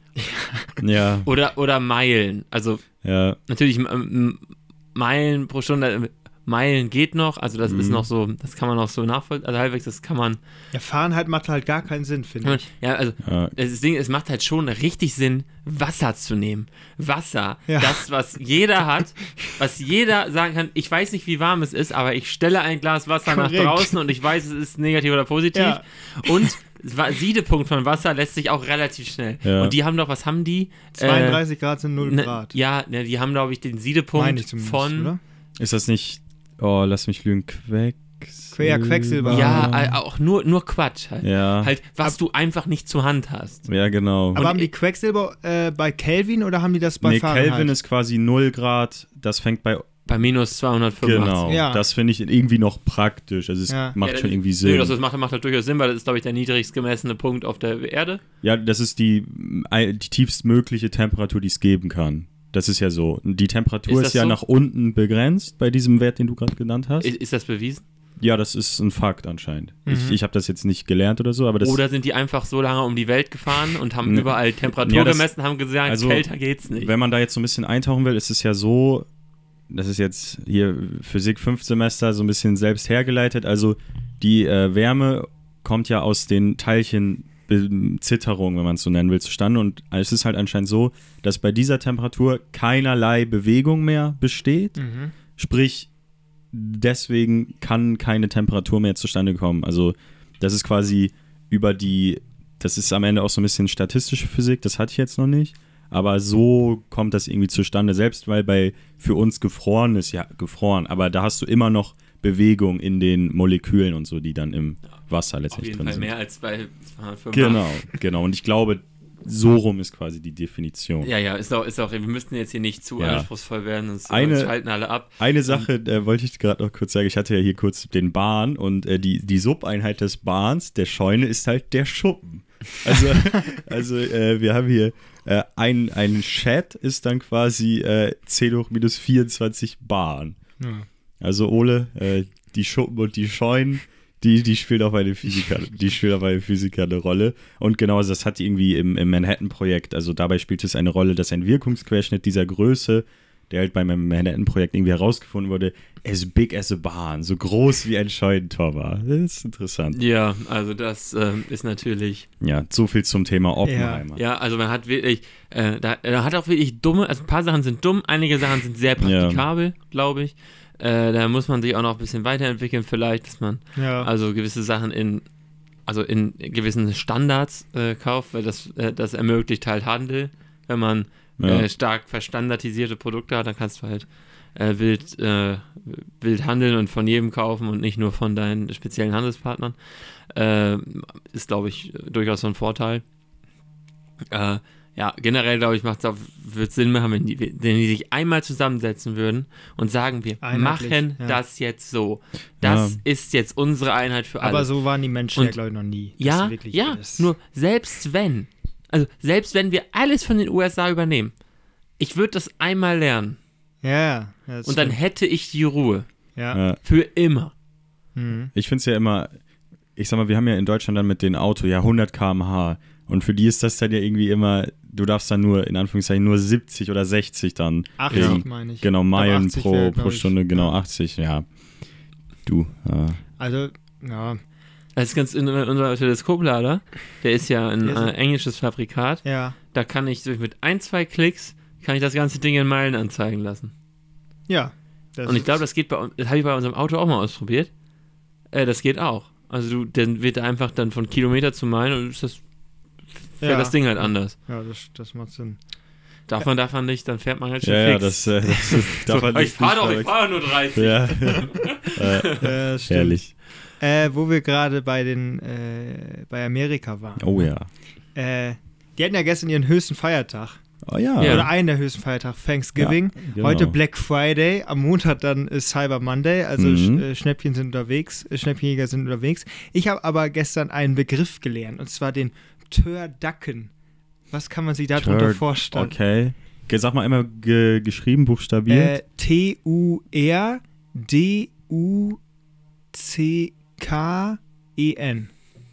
Ja. Oder, oder Meilen. Also ja. natürlich ähm, Meilen pro Stunde, Meilen geht noch, also das mhm. ist noch so, das kann man noch so nachvollziehen, also halbwegs, das kann man. Ja, Fahrenheit macht halt gar keinen Sinn, finde ich. Ja, also ja. das Ding, es macht halt schon richtig Sinn, Wasser zu nehmen. Wasser, ja. das, was jeder hat, was jeder sagen kann, ich weiß nicht, wie warm es ist, aber ich stelle ein Glas Wasser Korrekt. nach draußen und ich weiß, es ist negativ oder positiv. Ja. Und Siedepunkt von Wasser lässt sich auch relativ schnell. Ja. Und die haben doch, was haben die? zweiunddreißig Grad sind null Ne, Grad. ja, ne, die haben, glaube ich, den Meine Siedepunkt ich zumindest, von. oder? Ist das nicht, oh, lass mich lügen, Quecksilber? Ja, Quecksilber. Ja, äh, auch nur, nur Quatsch halt. Ja. Halt, was du einfach nicht zur Hand hast. Ja, genau. Aber Und haben die ich- Quecksilber äh, bei Kelvin oder haben die das bei nee, Fahrenheit? Kelvin ist quasi null Grad, das fängt bei, Bei minus zweihundertfünfundachtzig. genau, Ja. das finde ich irgendwie noch praktisch, also es Ja. macht Ja, schon das- irgendwie Nö, Sinn. das, das macht, macht halt durchaus Sinn, weil das ist, glaube ich, der niedrigst gemessene Punkt auf der Erde. Ja, das ist die, die tiefstmögliche Temperatur, die es geben kann. Das ist ja so. Die Temperatur Ist ist, das ja so? nach unten begrenzt bei diesem Wert, den du gerade genannt hast. Ist, ist das bewiesen? Ja, das ist ein Fakt anscheinend. Mhm. Ich, ich habe das jetzt nicht gelernt oder so, aber das Oder sind die einfach so lange um die Welt gefahren und haben Ne. überall Temperatur Ja, das- gemessen, haben gesagt, also, kälter geht's nicht. wenn man da jetzt so ein bisschen eintauchen will, ist es ja so, das ist jetzt hier Physik fünf Semester so ein bisschen selbst hergeleitet. Also die äh, Wärme kommt ja aus den Teilchenzitterungen, wenn man es so nennen will, zustande. Und es ist halt anscheinend so, dass bei dieser Temperatur keinerlei Bewegung mehr besteht. Mhm. Sprich, deswegen kann keine Temperatur mehr zustande kommen. Also das ist quasi über die, das ist am Ende auch so ein bisschen statistische Physik, das hatte ich jetzt noch nicht. Aber so kommt das irgendwie zustande, selbst weil bei für uns gefroren ist, ja, gefroren, aber da hast du immer noch Bewegung in den Molekülen und so, die dann im Wasser Auf letztendlich jeden drin Fall sind. mehr als bei zweihundertfünfundachtzig. Genau, genau. Und ich glaube, so rum ist quasi die Definition. Ja, ja, ist auch, ist auch, wir müssten jetzt hier nicht zu Ja. anspruchsvoll werden, sonst Eine- sonst schalten alle ab. Eine Sache äh, wollte ich gerade noch kurz sagen. Ich hatte ja hier kurz den Bahn und äh, die, die Subeinheit des Bahns, der Scheune, ist halt der Schuppen. Also, also äh, wir haben hier äh, ein, ein Chat ist dann quasi äh, zehn hoch minus vierundzwanzig Bahn. Ja. Also Ole, äh, die Schuppen und die Scheunen, die, die spielen auf eine Physiker, die spielen auf eine Physiker eine Rolle. Und genau das hat irgendwie im, im Manhattan-Projekt, also dabei spielt es eine Rolle, dass ein Wirkungsquerschnitt dieser Größe, der halt beim Manhattan-Projekt irgendwie herausgefunden wurde, as big as a barn, so groß wie ein Scheunentor war. Das ist interessant. Ja, also das ähm, ist natürlich, Ja, so viel zum Thema Oppenheimer. ja, also man hat wirklich, äh, da, da hat auch wirklich dumme, also ein paar Sachen sind dumm, einige Sachen sind sehr praktikabel, glaube ich. Äh, da muss man sich auch noch ein bisschen weiterentwickeln vielleicht, dass man Ja. also gewisse Sachen in, also in gewissen Standards äh, kauft, weil das, äh, das ermöglicht halt Handel. Wenn man Ja. äh, stark verstandardisierte Produkte hat, dann kannst du halt äh, wild, äh, wild handeln und von jedem kaufen und nicht nur von deinen speziellen Handelspartnern. Äh, ist, glaube ich, durchaus so ein Vorteil. Äh, ja, generell, glaube ich, macht es wird Sinn machen, wenn die, wenn die sich einmal zusammensetzen würden und sagen, wir Einheitlich, machen ja. das jetzt so. Das Ja. ist jetzt unsere Einheit für alle. Aber so waren die Menschen ja, Und- glaube ich, noch nie. Das Ja, ist wirklich ja, alles- nur selbst wenn, also selbst wenn wir alles von den U S A übernehmen, ich würde das einmal lernen Ja, ja. das und dann stimmt. hätte ich die Ruhe. Ja. Ja. Für immer. Mhm. Ich finde es ja immer, ich sag mal, wir haben ja in Deutschland dann mit den Auto ja hundert Kilometer pro Stunde und für die ist das dann ja irgendwie immer, du darfst dann nur, in Anführungszeichen, nur siebzig oder sechzig dann. achtzig Ja. meine ich. Genau, Ich glaub, Meilen achtzig pro, wär, pro glaub ich, Stunde, genau, ja. achtzig, ja. Du, ja. Also, ja. Das ist ganz in, unser Teleskoplader, der ist ja ein Ja, so- äh, englisches Fabrikat. Ja. Da kann ich so mit ein, zwei Klicks kann ich das ganze Ding in Meilen anzeigen lassen. Ja. Das Und ich ist- glaube, das geht bei uns, das habe ich bei unserem Auto auch mal ausprobiert. Äh, das geht auch. Also du, dann wird er einfach dann von Kilometer zu Meilen und ist das, fährt Ja. das Ding halt anders. Ja, das, das macht Sinn. Darf man, darf man nicht, dann fährt man halt schon Ja, ja, fix. das, äh, das ist, darf so, man ich nicht fahre doch, ich nicht fahre nur dreißig. Ja, Ja, das stimmt. herrlich. Äh, wo wir gerade bei den äh, bei Amerika waren. Oh ja. Äh, die hatten ja gestern ihren höchsten Feiertag. Oh ja. Ja. Oder einen der höchsten Feiertage, Thanksgiving. Ja, genau. Heute Black Friday, am Montag dann ist Cyber Monday, also Mhm. Sch äh, Schnäppchen sind unterwegs, äh, Schnäppchenjäger sind unterwegs. Ich habe aber gestern einen Begriff gelernt, und zwar den Turducken. Was kann man sich darunter Turd- vorstellen? Okay. Ge- Sag mal einmal ge geschrieben, buchstabiert. Äh, T U R D U C K E N.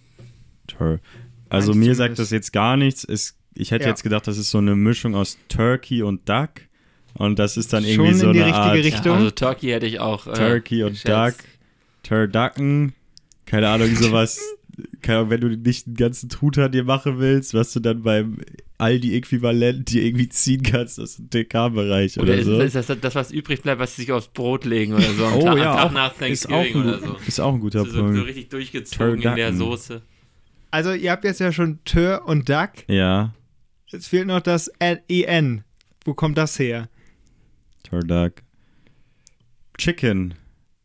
Tur- Also Meinst mir du sagt das? das jetzt gar nichts. Es, ich hätte Ja. jetzt gedacht, das ist so eine Mischung aus Turkey und Duck. Und das ist dann Schon irgendwie in so die eine richtige Art Richtung. Ja, also Turkey hätte ich auch. Äh, Turkey und Duck. geschätzt. Turducken. Keine Ahnung, sowas. Keine Ahnung, wenn du nicht einen ganzen Truthahn dir machen willst, was du dann beim Aldi-Äquivalent dir irgendwie ziehen kannst aus dem T K-Bereich oder, Oder ist, so. ist das das, was übrig bleibt, was sie sich aufs Brot legen oder so? Am Oh Tag, ja, am Tag auch- nach ist auch, Thanksgiving ein, oder so. ist auch ein guter So, so, Punkt. so richtig durchgezogen in der Turducken. Soße. Also ihr habt jetzt ja schon Tör und Duck. Ja. Jetzt fehlt noch das E N. Wo kommt das her? Turduck. Chicken.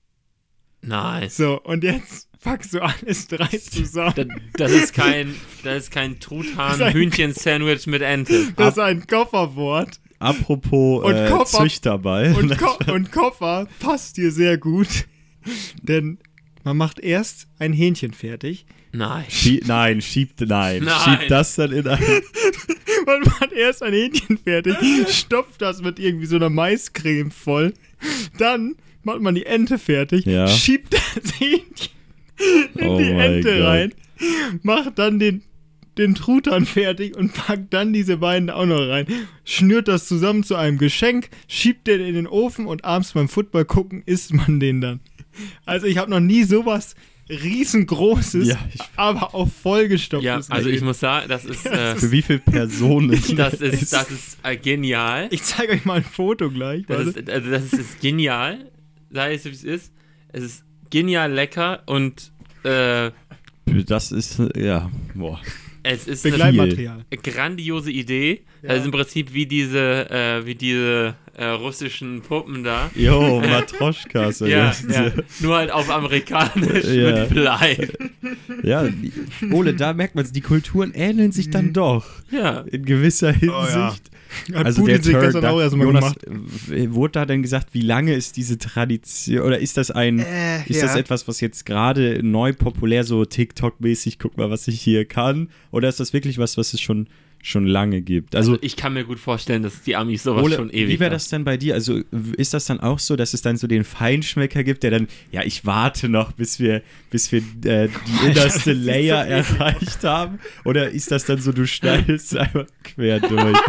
Nice. So, und jetzt packst du alles drei zusammen. Das, das ist kein, das ist kein Truthahn-Hühnchen-Sandwich mit Ente. Das ist ein Kofferwort. Apropos Und äh, Koffer- Züchterball. Und, Ko und Koffer passt dir sehr gut. Denn man macht erst ein Hähnchen fertig. Nein. Schie nein, schiebt, nein. Nein. Schiebt das dann in ein... Man macht erst ein Hähnchen fertig, stopft das mit irgendwie so einer Maiscreme voll. Dann macht man die Ente fertig, Ja. schiebt das Hähnchen in Oh die mein Ente Gott. rein, macht dann den, den Truthahn fertig und packt dann diese beiden auch noch rein. Schnürt das zusammen zu einem Geschenk, schiebt den in den Ofen und abends beim Football gucken isst man den dann. Also ich habe noch nie sowas riesengroßes, Ja, ich- aber auch vollgestopftes. Ja, also ich erlebt. muss sagen, das ist, äh, Für wie viele Personen? das ist, das ist äh, genial. Ich zeige euch mal ein Foto gleich. Das warte. ist, also das ist, ist genial. Sei es wie es ist. Es ist genial lecker und äh, Das ist, ja, boah. es ist eine Begleitmaterial. grandiose Idee. Ja. Das ist im Prinzip wie diese, äh, wie diese äh, russischen Puppen da. Jo, Matroschkas. Ja, oder? ja, nur halt auf amerikanisch Ja. mit Blei. Ja, die, Ole, da merkt man es, die Kulturen ähneln sich dann doch. Ja. In gewisser Hinsicht. Oh ja. Hat Also Putin der sich gestern Turduck, auch erstmal Jonas, gemacht. äh, wurde da denn gesagt, wie lange ist diese Tradition, oder ist das ein, Äh, ist das etwas, was jetzt gerade neu populär, so TikTok-mäßig, guck mal, was ich hier kann, oder ist das wirklich was, was es schon, schon lange gibt? Also, Also ich kann mir gut vorstellen, dass die Amis sowas Ole, schon ewig wie wäre haben. das denn bei dir? Also ist das dann auch so, dass es dann so den Feinschmecker gibt, der dann, ja, ich warte noch, bis wir, bis wir äh, die innerste Layer erreicht haben? Oder ist das dann so, du schneidest einfach quer durch?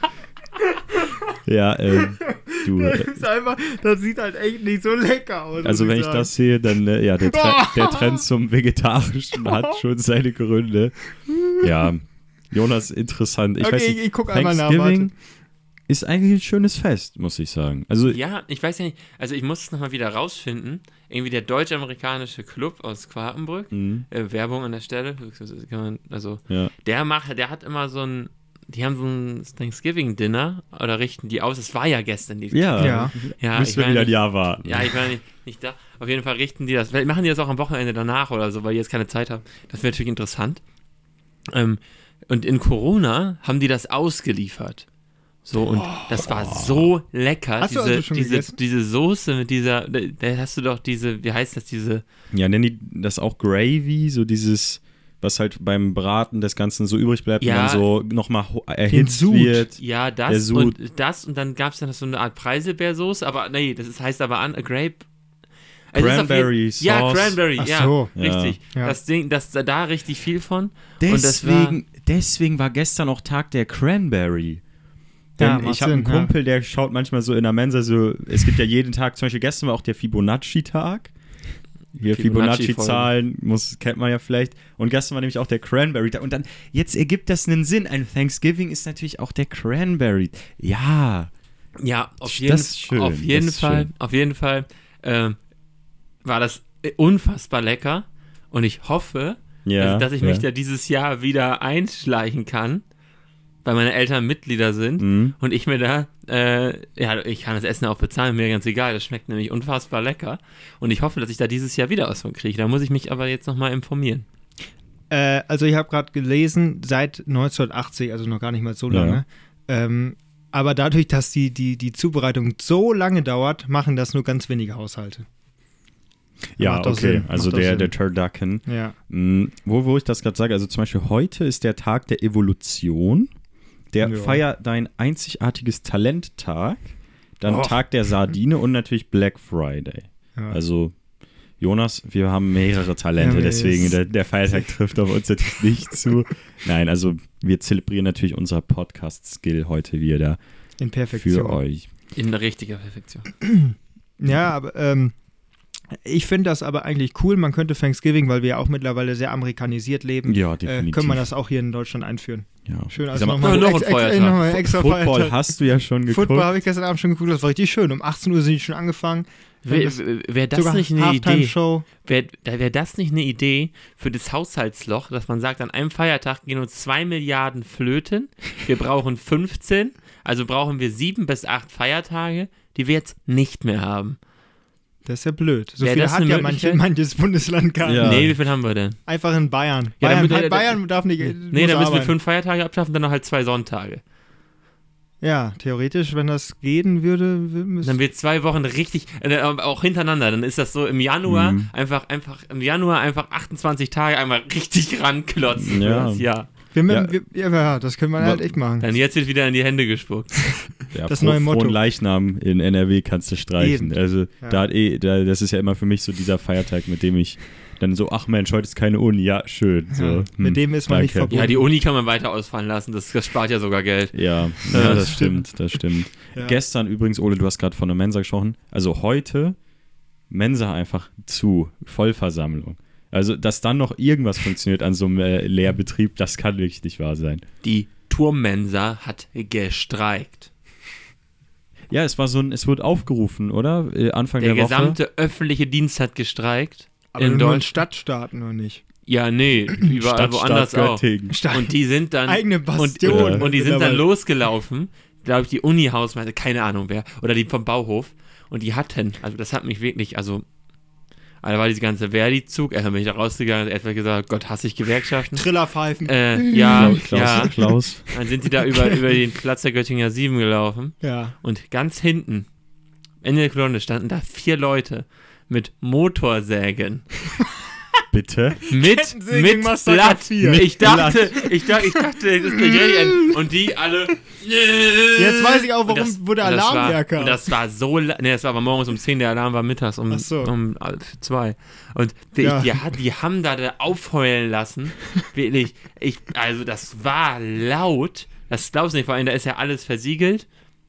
Ja, ähm, du. Das äh, ist einfach, das sieht halt echt nicht so lecker aus. Also muss wenn ich sagen. das sehe, dann, äh, ja, der, Tre der Trend zum Vegetarischen hat schon seine Gründe. Ja, Jonas, interessant. Ich Okay, weiß nicht, ich- ich guck einmal nach, Thanksgiving warte. ist eigentlich ein schönes Fest, muss ich sagen. Also, Ja, ich weiß ja nicht, also ich muss es nochmal wieder rausfinden. Irgendwie der deutsch-amerikanische Club aus Quartenbrück, Mhm. äh, Werbung an der Stelle, kann man, also ja. der macht, der hat immer so ein, die haben so ein Thanksgiving-Dinner oder richten die aus. Es war ja gestern die. Ja, Ja. ja müssen ich wir war wieder ein nicht, Jahr warten. Ja, ich war nicht, nicht da. Auf jeden Fall richten die das. Vielleicht machen die das auch am Wochenende danach oder so, weil die jetzt keine Zeit haben. Das wäre natürlich interessant. Ähm, und in Corona haben die das ausgeliefert. So, und das war so lecker. Hast du diese, also schon diese, gegessen? diese Soße mit dieser, da, da hast du doch diese, wie heißt das, diese, Ja, nennen die das auch Gravy, so dieses, was halt beim Braten des Ganzen so übrig bleibt Ja. und dann so nochmal erhitzt Sud. wird. ja, Der das Sud. und das und dann gab es dann noch so eine Art Preiselbeersoße, aber nee, das ist, heißt aber an, a Grape. Es ist auf Cranberry jeden- Ja, Sauce. Cranberry, Ach ja, so. richtig. Ja. Das Ding, das da richtig viel von. Und das war, Deswegen, deswegen war gestern auch Tag der Cranberry. Denn Ja, macht ich habe einen Sinn, ja. Kumpel, der schaut manchmal so in der Mensa so, es gibt ja jeden Tag, zum Beispiel gestern war auch der Fibonacci-Tag. Hier Fibonacci-Folge. Fibonacci-Zahlen, muss, kennt man ja vielleicht. Und gestern war nämlich auch der Cranberry-Tag. Und dann, jetzt ergibt das einen Sinn. Ein Thanksgiving ist natürlich auch der Cranberry. Ja. ja, auf Das jeden, ist schön, auf jeden das ist Fall, schön. auf jeden Fall ähm, war das unfassbar lecker und ich hoffe, Ja, dass, dass ich ja. mich da dieses Jahr wieder einschleichen kann, weil meine Eltern Mitglieder sind Mhm. und ich mir da, äh, ja, ich kann das Essen auch bezahlen, mir ganz egal, das schmeckt nämlich unfassbar lecker und ich hoffe, dass ich da dieses Jahr wieder was von kriege. Da muss ich mich aber jetzt nochmal informieren. Äh, also ich habe gerade gelesen, seit neunzehnhundertachtzig, also noch gar nicht mal so lange. Ähm, aber dadurch, dass die, die, die Zubereitung so lange dauert, machen das nur ganz wenige Haushalte. Ja, Macht doch okay. Sinn, Also macht doch der, Sinn. der Turducken. Ja. Mm, Wo, wo ich das gerade sage, also zum Beispiel heute ist der Tag der Evolution, der Ja. Feier dein einzigartiges Talent-Tag, dann Oh. Tag der Sardine und natürlich Black Friday. Ja. Also Jonas, wir haben mehrere Talente, Ja, wir- deswegen der, der Feiertag trifft auf uns natürlich nicht zu. Nein, also wir zelebrieren natürlich unser Podcast-Skill heute wieder In Perfektion. für euch. In richtiger Perfektion. Ja, aber ähm, Ich finde das aber eigentlich cool. Man könnte Thanksgiving, weil wir ja auch mittlerweile sehr amerikanisiert leben, Ja, äh, definitiv. können wir das auch hier in Deutschland einführen. Ja. Schön, Ich also sag mal, nochmal noch ein ex, ex, Feiertag. nochmal extra Football Feiertag. hast du ja schon geguckt. Football habe ich gestern Abend schon geguckt, das war richtig schön. Um achtzehn Uhr sind die schon angefangen. Wäre wär das Sogar nicht eine Idee? Halftime-Show. Wäre wär das nicht eine Idee für das Haushaltsloch, dass man sagt, an einem Feiertag gehen uns zwei Milliarden flöten, wir brauchen fünfzehn, also brauchen wir sieben bis acht Feiertage, die wir jetzt nicht mehr haben. Das ist ja blöd. So Wär viel das hat eine ja manche, Möglichkeit? manches Bundesland gar Ja. nicht. Nee, wie viel haben wir denn? Einfach in Bayern. Ja, Bayern, damit- halt Bayern darf nicht. Nee, muss dann müssen wir arbeiten. fünf Feiertage abschaffen, dann noch halt zwei Sonntage. Ja, theoretisch, wenn das gehen würde, müsste. Dann wird zwei Wochen richtig, äh, auch hintereinander, dann ist das so im Januar, Mhm. einfach, einfach, im Januar einfach achtundzwanzig Tage einmal richtig ranklotzen. Ja. für das Jahr. Wir, Ja. wir, ja, ja, das können wir halt Wa- echt machen. Dann jetzt wird wieder in die Hände gespuckt. Ja, Das froh, neue Motto. Frohen Leichnam in N R W kannst du streichen. Eben. Also Ja. da hat eh, da, das ist ja immer für mich so dieser Feiertag, mit dem ich dann so, ach Mensch, heute ist keine Uni, ja, schön. So, Ja, hm, mit dem ist man nicht danke. verbunden. Ja, die Uni kann man weiter ausfallen lassen, das, das spart ja sogar Geld. Ja, Ja, ja, das das stimmt, das stimmt. Ja. Gestern übrigens, Ole, du hast gerade von der Mensa gesprochen. Also heute Mensa einfach zu, Vollversammlung. Also, dass dann noch irgendwas funktioniert an so einem äh, Lehrbetrieb, das kann wirklich nicht wahr sein. Die Turmmensa hat gestreikt. Ja, es war so ein, es wurde aufgerufen, oder? Äh, Anfang Der der, Woche. gesamte öffentliche Dienst hat gestreikt. Aber in nur in Deutschland. Stadtstaaten oder nicht? Ja, nee, überall Stadt, woanders Stadt, auch. Göttingen. Stadt. Und die sind dann Eigene und, Bastion. und, und die sind dann mittlerweile. losgelaufen, glaube ich, die Uni-Hausmeister, keine Ahnung wer, oder die vom Bauhof. Und die hatten, also das hat mich wirklich, also, also war diese ganze Verdi-Zug, erstmal bin ich da rausgegangen und etwa gesagt, Gott, hasse ich Gewerkschaften. Trillerpfeifen. Äh, ja, Klaus, ja. Klaus. Dann sind die da über, über den Platz der Göttinger Sieben gelaufen Ja. und ganz hinten, Ende der Kolonne, standen da vier Leute mit Motorsägen. Bitte? Mit, Kettensägen mit Massaker Blatt. vier. Ich dachte, ich dachte, ich dachte, das ist nicht richtig. Und die alle. Jetzt weiß ich auch, warum, Und das- wo der und das Alarm war, herkam. Und das war so, la- nee, das war aber morgens um zehn, der Alarm war mittags um, Ach so. um äh, zwei. Und die, Ja. die, hat- die haben da, da aufheulen lassen. Wirklich, ich, also das war laut. Das glaubst du nicht, vor allem da ist ja alles versiegelt.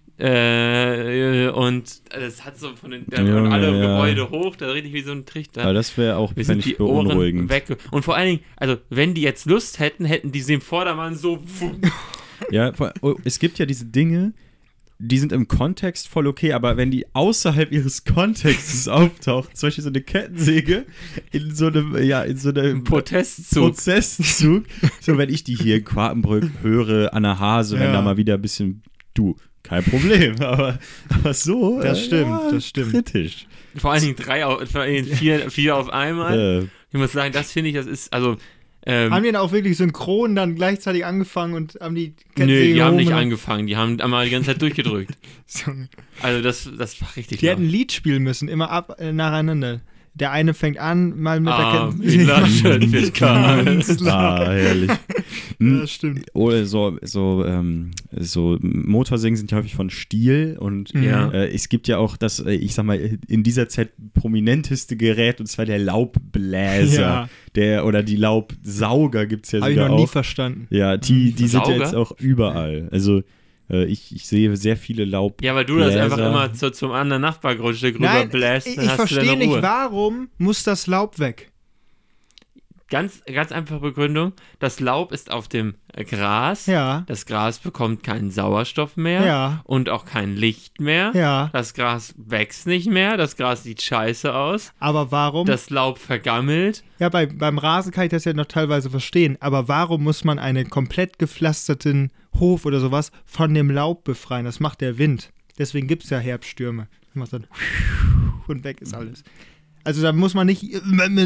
Äh, und das hat so von den äh, Ja, und alle ja. Gebäude hoch, da richtig wie so ein Trichter. Aber das wäre auch, Wir fände sind ich, die Ohren beunruhigend. weg. Und vor allen Dingen, also wenn die jetzt Lust hätten, hätten die sie im Vordermann so. Ja, vor- oh, es gibt ja diese Dinge, die sind im Kontext voll okay, aber wenn die außerhalb ihres Kontextes auftauchen, zum Beispiel so eine Kettensäge in so einem, ja, in so einem Protestzug. Prozesszug, so wenn ich die hier in Quartenbrück höre, an der Hase, wenn Ja. da mal wieder ein bisschen, du, kein Problem, aber, aber so, Das äh, stimmt, ja, das stimmt. kritisch. Vor allen Dingen drei, auf, vor allen Dingen vier, vier auf einmal. Äh, Ich muss sagen, das finde ich, das ist, also. Ähm, Haben die dann auch wirklich synchron dann gleichzeitig angefangen und haben die nö, die haben nicht gehoben? angefangen, die haben einmal die ganze Zeit durchgedrückt. So. Also das, das war richtig Die laut. hätten ein Lied spielen müssen, immer ab äh, nacheinander. Der eine fängt an, mal mit Ah, der wie Laschet wird Ganz ah, herrlich. Ja, das stimmt. Oder so, so, ähm, so Motorsägen sind ja häufig von Stiel und Ja. äh, es gibt ja auch das, äh, ich sag mal, in dieser Zeit prominenteste Gerät und zwar der Laubbläser. Ja. Der, oder die Laubsauger gibt es ja Habe ich sogar noch nie auch. verstanden. Ja, die, die sind ja Sauger? jetzt auch überall. Also äh, ich, ich sehe sehr viele Laub. Ja, weil du das Bläser. einfach immer zu, zum anderen Nachbargrundstück Nein, rüberbläst, ich, dann ich hast du verstehe deine nicht, Ruhe. warum muss das Laub weg? Ganz, ganz einfache Begründung, das Laub ist auf dem Gras, Ja, das Gras bekommt keinen Sauerstoff mehr ja, und auch kein Licht mehr, ja. das Gras wächst nicht mehr, das Gras sieht scheiße aus, Aber warum? das Laub vergammelt. ja, bei, beim Rasen kann ich das ja noch teilweise verstehen. Aber warum muss man einen komplett gepflasterten Hof oder sowas von dem Laub befreien? Das macht der Wind. Deswegen gibt es ja Herbststürme. Das macht dann und weg ist alles. Also da muss man nicht.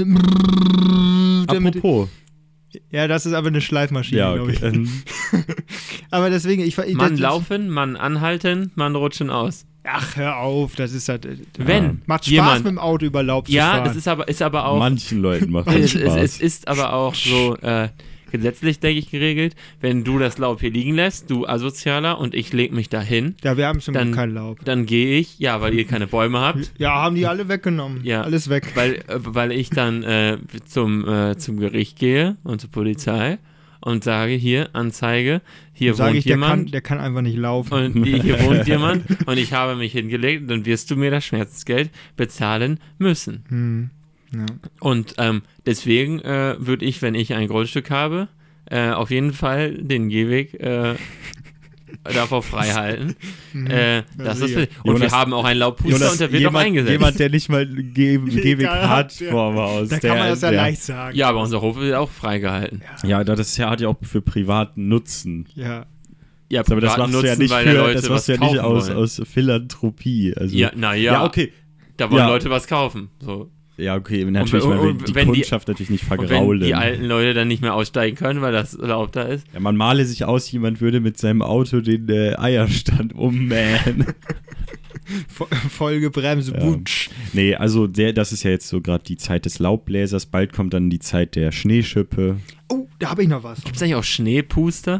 Apropos. Ja, das ist aber eine Schleifmaschine, Ja, glaube okay. ich. Ähm, Aber deswegen, ich, ich Mann das, laufen, Mann anhalten, Mann rutschen aus. Ach, hör auf, das ist halt. Wenn Macht Spaß jemand, mit dem Auto über Laub zu ja, fahren. das ist aber, ist aber auch, manchen Leuten macht das es, es, Spaß. es ist aber auch so äh, gesetzlich, denke ich, geregelt, wenn du das Laub hier liegen lässt, du Asozialer, und ich leg mich dahin, Ja, wir haben zum dann- Glück kein Laub. dann gehe ich, ja, weil ihr keine Bäume habt, Ja, haben die alle weggenommen. Ja. Alles weg. weil, äh, weil ich dann äh, zum, äh, zum Gericht gehe und zur Polizei und sage, hier, Anzeige, hier Sag wohnt ich, der jemand. kann, der kann einfach nicht laufen. Und hier wohnt jemand und ich habe mich hingelegt, dann wirst du mir das Schmerzensgeld bezahlen müssen. Hm. Ja. Und ähm, deswegen äh, würde ich, wenn ich ein Grundstück habe, äh, auf jeden Fall den Gehweg äh, davor frei halten. äh, das ist, und Jonas, wir haben auch einen Laubpuster Jonas, und der wird jemand, auch eingesetzt. Jemand, der nicht mal Ge Gehweg Egal, hat ja. vorm Haus. Da der, kann man das ja der, leicht sagen. Ja, aber unser Hof wird auch freigehalten. Ja, das ist ja, hat ja auch für privaten Nutzen. Ja. Ja, Aber das privaten machst du ja Nutzen, nicht, weil da für, Leute das was machst du ja nicht kaufen aus, wollen. aus Philanthropie. Also, Ja, naja, ja, okay. da wollen Ja. Leute was kaufen. So. Ja, okay, natürlich, Und- man will und die wenn die- Kundschaft natürlich nicht Und wenn vergraulen. die alten Leute dann nicht mehr aussteigen können, weil das Laub da ist. Ja, man male sich aus, jemand würde mit seinem Auto den äh, Eierstand ummähen. Vo- Vollgebremse, Ja. Butsch. Nee, also der, das ist ja jetzt so gerade die Zeit des Laubbläsers. Bald kommt dann die Zeit der Schneeschippe. Oh, da habe ich noch was. Gibt es eigentlich auch Schneepuster?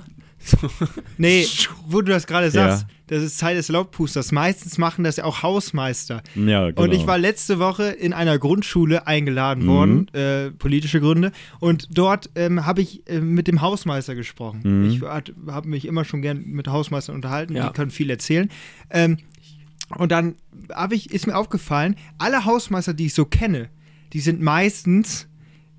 Nee, wo du das gerade sagst, Ja. das ist Zeit des Laubpusters. Meistens machen das ja auch Hausmeister. Ja, genau. Und ich war letzte Woche in einer Grundschule eingeladen Mhm. worden, äh, politische Gründe. Und dort ähm, habe ich äh, mit dem Hausmeister gesprochen. Mhm. Ich habe mich immer schon gern mit Hausmeistern unterhalten. Ja. Die können viel erzählen. Ähm, und dann hab ich, ist mir aufgefallen, alle Hausmeister, die ich so kenne, die sind meistens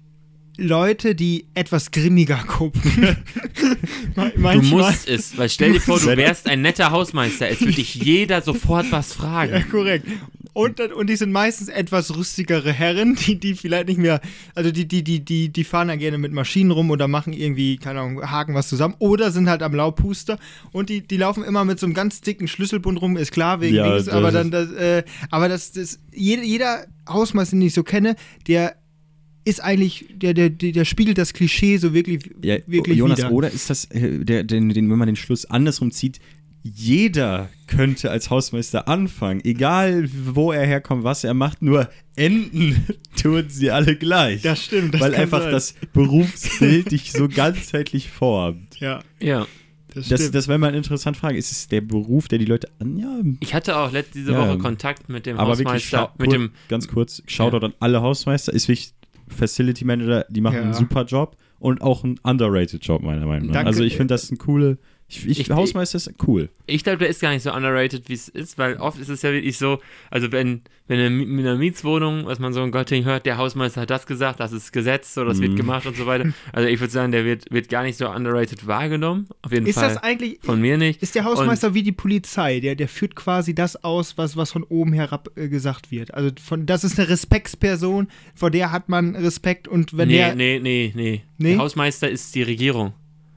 Leute, die etwas grimmiger gucken. Ma- Du manchmal- musst es, weil stell dir vor, du wärst ein netter Hausmeister. Es würde dich jeder sofort was Ja, fragen. korrekt. Und, dann- und die sind meistens etwas rüstigere Herren, die, die vielleicht nicht mehr, also die, die, die, die, die fahren dann gerne mit Maschinen rum oder machen irgendwie, keine Ahnung, haken was zusammen oder sind halt am Laubpuster und die, die laufen immer mit so einem ganz dicken Schlüsselbund rum, ist klar, wegen Ja, Dings, das aber ist- dann, das, äh, aber das, das, jeder, jeder Hausmeister, den ich so kenne, der ist eigentlich, der, der, der, der spiegelt das Klischee so wirklich, ja, wirklich Jonas, wieder. oder ist das, äh, der, den, den, wenn man den Schluss andersrum zieht, jeder könnte als Hausmeister anfangen, egal wo er herkommt, was er macht, nur enden tun sie alle gleich. Das stimmt, das weil kann einfach sein. das Berufsbild dich so ganzheitlich formt. Ja, Ja. das Das, stimmt. das wäre mal eine interessante Frage. Ist es der Beruf, der die Leute an, ja, Ich hatte auch let diese Ja. Woche Kontakt mit dem aber wirklich, Hausmeister, schau- mit kur- dem ganz kurz, Shoutout an alle Hausmeister, ist wichtig, Facility Manager, die machen Ja. einen super Job und auch einen underrated Job, meiner Meinung nach. Danke. Also ich finde, das ist ein coole, ich, ich, Ich- Hausmeister ist cool. Ich glaube, der ist gar nicht so underrated, wie es ist, weil oft ist es ja wirklich so, also wenn, wenn eine, mit einer Mietswohnung, was man so in Göttingen hört, der Hausmeister hat das gesagt, das ist Gesetz, so, das Mhm. wird gemacht und so weiter. Also ich würde sagen, der wird, wird gar nicht so underrated wahrgenommen, auf jeden Ist Fall das eigentlich, von mir nicht. ist der Hausmeister wie die Polizei, der, der führt quasi das aus, was, was von oben herab äh, gesagt wird. Also von, das ist eine Respektsperson, vor der hat man Respekt und wenn nee, der... nee, nee, nee, Nee? Der Hausmeister ist die Regierung.